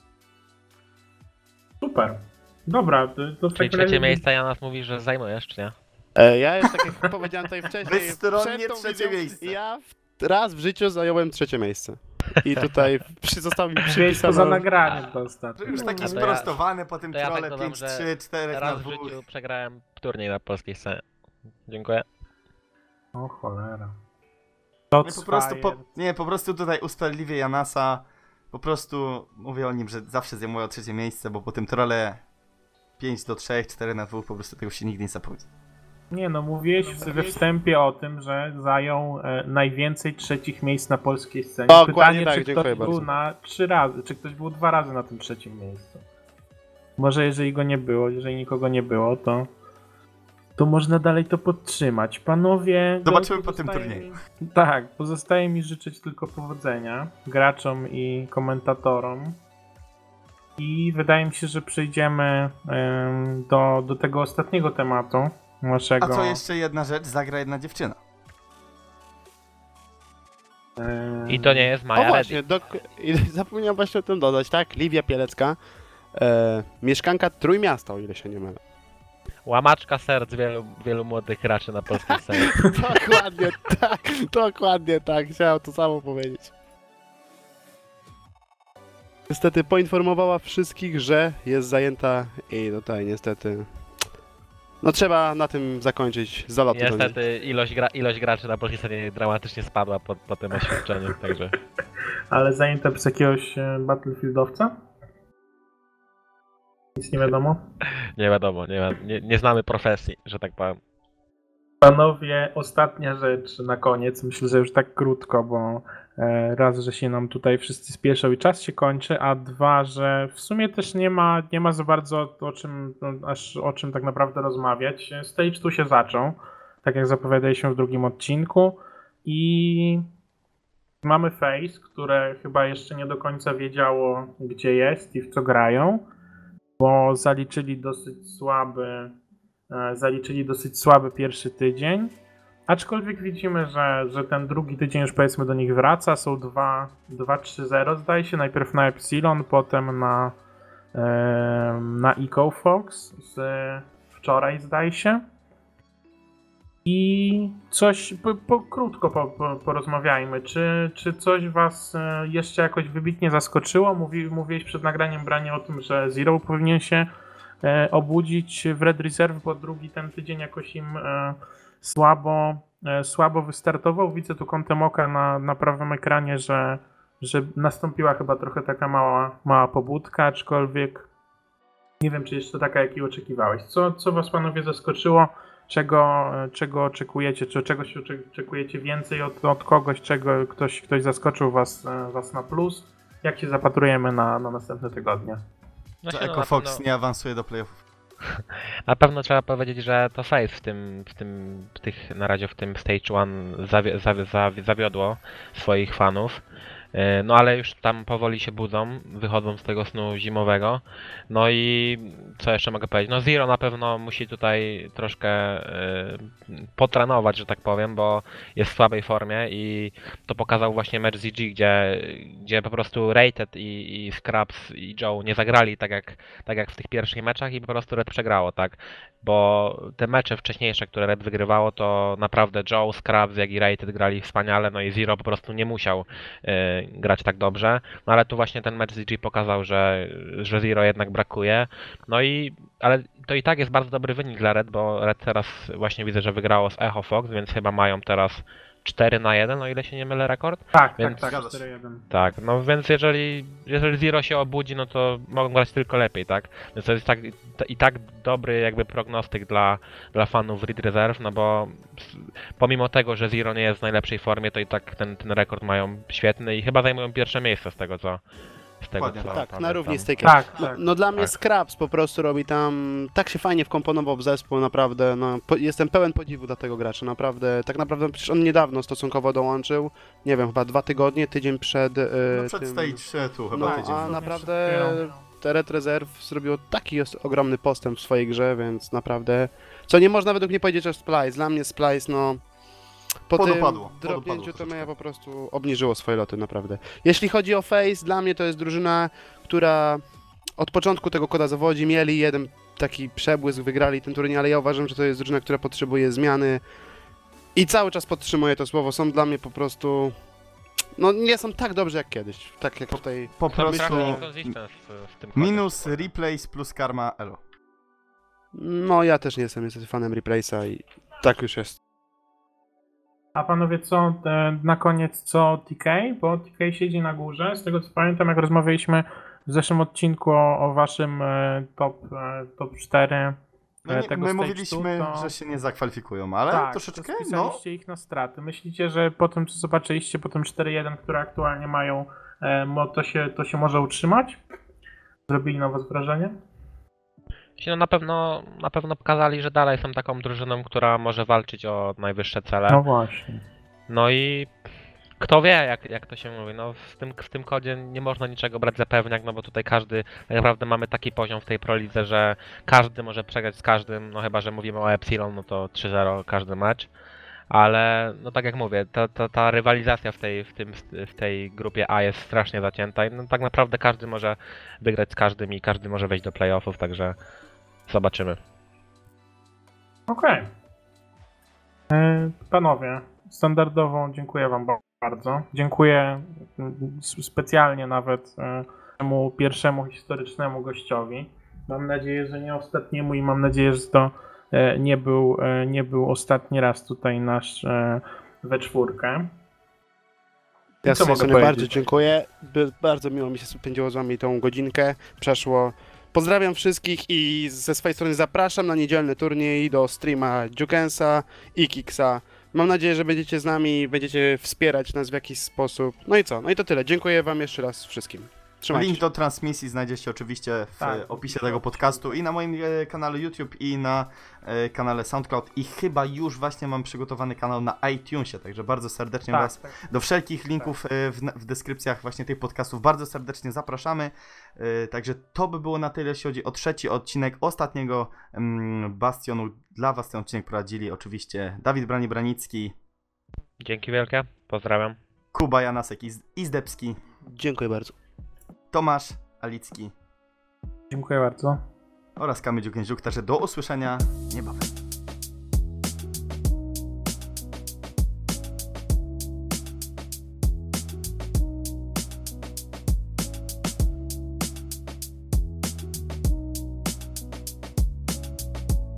Super. Dobra, to Czyli trzecie miejsce, Janas, mówisz, że zajmujesz, czy nie? Ja już tak jak powiedziałem tutaj wcześniej, Bezstronnie przed tą trzecie wizją, miejsce. ja raz w życiu zająłem 3 miejsce. I tutaj zostało mi Wiesz, przypisane... poza nagraniem to ostatnio. Już taki No to sprostowany po tym to ja tak trole dodam, 5-3, 4 na Raz w 2. życiu przegrałem turniej na polskiej scenie. Dziękuję. O cholera. Po prostu tutaj usprawiedliwię Janasa. Po prostu mówię o nim, że zawsze zajmuje 3 miejsce, bo po tym trole 5-3, 4 na 2 po prostu tego się nigdy nie zapowiedzi. Nie no, mówiłeś we wstępie o tym, że zajął najwięcej trzecich miejsc na polskiej scenie. Dokładnie Pytanie, tak, czy dziękuję ktoś był bardzo. na 3 razy, czy ktoś był 2 razy na tym 3 miejscu. Może jeżeli go nie było, jeżeli nikogo nie było, to można dalej to podtrzymać. Panowie... Zobaczymy po tym turnieju. Tak, pozostaje mi życzyć tylko powodzenia graczom i komentatorom. I wydaje mi się, że przejdziemy do tego ostatniego tematu naszego. A co jeszcze jedna rzecz? Zagra jedna dziewczyna. I to nie jest O Maja właśnie, Reddy. i zapomniałem właśnie o tym dodać, tak? Livia Pielecka, mieszkanka Trójmiasta, o ile się nie mylę. Łamaczka serc wielu młodych graczy na polskiej scenie. Dokładnie tak, chciałem to samo powiedzieć. Niestety poinformowała wszystkich, że jest zajęta i tutaj niestety... No trzeba na tym zakończyć zaloty. Niestety ilość graczy na polskiej scenie dramatycznie spadła po tym oświadczeniu, także... Ale zajęta przez jakiegoś Battlefieldowca? Nic nie wiadomo? Nie wiadomo, nie znamy profesji, że tak powiem. Panowie, ostatnia rzecz na koniec. Myślę, że już tak krótko, bo raz, że się nam tutaj wszyscy spieszą i czas się kończy, a dwa, że w sumie też nie ma za bardzo o czym tak naprawdę rozmawiać. Stage tu się zaczął, tak jak zapowiadaliśmy w drugim odcinku i mamy Face, które chyba jeszcze nie do końca wiedziało, gdzie jest i w co grają, bo zaliczyli dosyć słaby pierwszy tydzień, aczkolwiek widzimy, że ten drugi tydzień już powiedzmy do nich wraca, są 2-3-0 zdaje się, najpierw na Epsilon, potem na EcoFox z wczoraj zdaje się I coś, krótko porozmawiajmy. Czy coś was jeszcze jakoś wybitnie zaskoczyło? Mówiłeś przed nagraniem, Branie, o tym, że Zero powinien się obudzić w Red Reserve, bo drugi ten tydzień jakoś im słabo wystartował. Widzę tu kątem oka na prawym ekranie, że nastąpiła chyba trochę taka mała pobudka, aczkolwiek nie wiem, czy jeszcze taka, jakiej oczekiwałeś. Co was, panowie, zaskoczyło? Czego oczekujecie? Czy czegoś oczekujecie więcej od kogoś? Czego ktoś zaskoczył was na plus? Jak się zapatrujemy na następne tygodnie? Że Echo Fox nie awansuje do playoffów. Na pewno trzeba powiedzieć, że to Face na razie w tym Stage 1 zawiodło swoich fanów. No ale już tam powoli się budzą, wychodzą z tego snu zimowego. No i co jeszcze mogę powiedzieć? No Zero na pewno musi tutaj troszkę potrenować, że tak powiem, bo jest w słabej formie i to pokazał właśnie mecz ZG, gdzie po prostu Rated i Scraps i Joe nie zagrali tak jak w tych pierwszych meczach i po prostu Red przegrało, tak? Bo te mecze wcześniejsze, które Red wygrywało, to naprawdę Joe, Scraps, jak i Rated grali wspaniale, no i Zero po prostu nie musiał grać tak dobrze, no ale tu właśnie ten mecz ZG pokazał, że Zero jednak brakuje, ale to i tak jest bardzo dobry wynik dla Red, bo Red teraz właśnie widzę, że wygrało z Echo Fox, więc chyba mają teraz 4-1, o ile się nie mylę, rekord. Tak, więc, tak, 4-1. Tak, no więc jeżeli Zero się obudzi, no to mogą grać tylko lepiej, tak? Więc to jest tak dobry jakby prognostyk dla fanów Red Reserve, no bo pomimo tego, że Zero nie jest w najlepszej formie, to i tak ten rekord mają świetny i chyba zajmują pierwsze miejsce z tego co tak, na równi z tej Tak, no dla mnie Scraps po prostu robi tam, tak się fajnie wkomponował w zespół, naprawdę, no jestem pełen podziwu dla tego gracza, naprawdę, tak naprawdę przecież on niedawno stosunkowo dołączył, nie wiem, chyba 2 tygodnie, tydzień przed przed tym, Stage tu chyba tydzień. a naprawdę te Red Reserve zrobiło taki ogromny postęp w swojej grze, więc naprawdę, co nie można według mnie powiedzieć o Splice, dla mnie Splice, no po tym dropnięciu to mnie po prostu obniżyło swoje loty, naprawdę. Jeśli chodzi o Face, dla mnie to jest drużyna, która od początku tego koda zawodzi, mieli jeden taki przebłysk, wygrali ten turniej, ale ja uważam, że to jest drużyna, która potrzebuje zmiany i cały czas podtrzymuję to słowo, są dla mnie po prostu, no nie są tak dobrze jak kiedyś, tak jak tutaj... Po prostu w tym minus replays plus karma elo. No ja też nie jestem niestety fanem Replace'a i tak już jest. A panowie, co na koniec, co TK? Bo TK siedzi na górze. Z tego co pamiętam, jak rozmawialiśmy w zeszłym odcinku o waszym top 4 tego my stage'u, mówiliśmy, że się nie zakwalifikują, ale tak, troszeczkę, to spisaliście ich na straty. Myślicie, że po tym, co zobaczyliście, po tym 4-1, które aktualnie mają, to się może utrzymać? Zrobili na was wrażenie? No na pewno pokazali, że dalej są taką drużyną, która może walczyć o najwyższe cele. No właśnie. No i kto wie, jak to się mówi, no w tym kodzie nie można niczego brać za pewniak, no bo tutaj każdy, tak naprawdę mamy taki poziom w tej prolidze, że każdy może przegrać z każdym, no chyba, że mówimy o Epsilon, no to 3-0 każdy mecz. Ale no tak jak mówię, ta rywalizacja w tej grupie A jest strasznie zacięta i no, tak naprawdę każdy może wygrać z każdym i każdy może wejść do playoffów, także zobaczymy. Okej. Panowie, standardowo dziękuję wam bardzo. Dziękuję specjalnie nawet temu pierwszemu historycznemu gościowi. Mam nadzieję, że nie ostatniemu i mam nadzieję, że to nie był ostatni raz tutaj nasz we czwórkę. Ja sobie bardzo dziękuję. Bardzo miło mi się spędziło z wami tą godzinkę. Przeszło. Pozdrawiam wszystkich i ze swojej strony zapraszam na niedzielny turniej do streama Jukensa i Kiksa. Mam nadzieję, że będziecie z nami, będziecie wspierać nas w jakiś sposób. No i co? No i to tyle. Dziękuję wam jeszcze raz wszystkim. Trzymajcie Link się. do transmisji znajdziecie oczywiście w opisie tego podcastu i na moim kanale YouTube i na kanale SoundCloud i chyba już właśnie mam przygotowany kanał na iTunesie, także bardzo serdecznie was do wszelkich linków w deskrypcjach właśnie tych podcastów bardzo serdecznie zapraszamy. Także to by było na tyle, jeśli chodzi o trzeci odcinek ostatniego Bastionu. Dla was ten odcinek prowadzili oczywiście Dawid Branicki. Dzięki wielkie, pozdrawiam. Kuba Janasek i Zdebski. Dziękuję bardzo. Tomasz Alicki. Dziękuję bardzo. Oraz Kamil Dziukień-Dziuk, także do usłyszenia niebawem.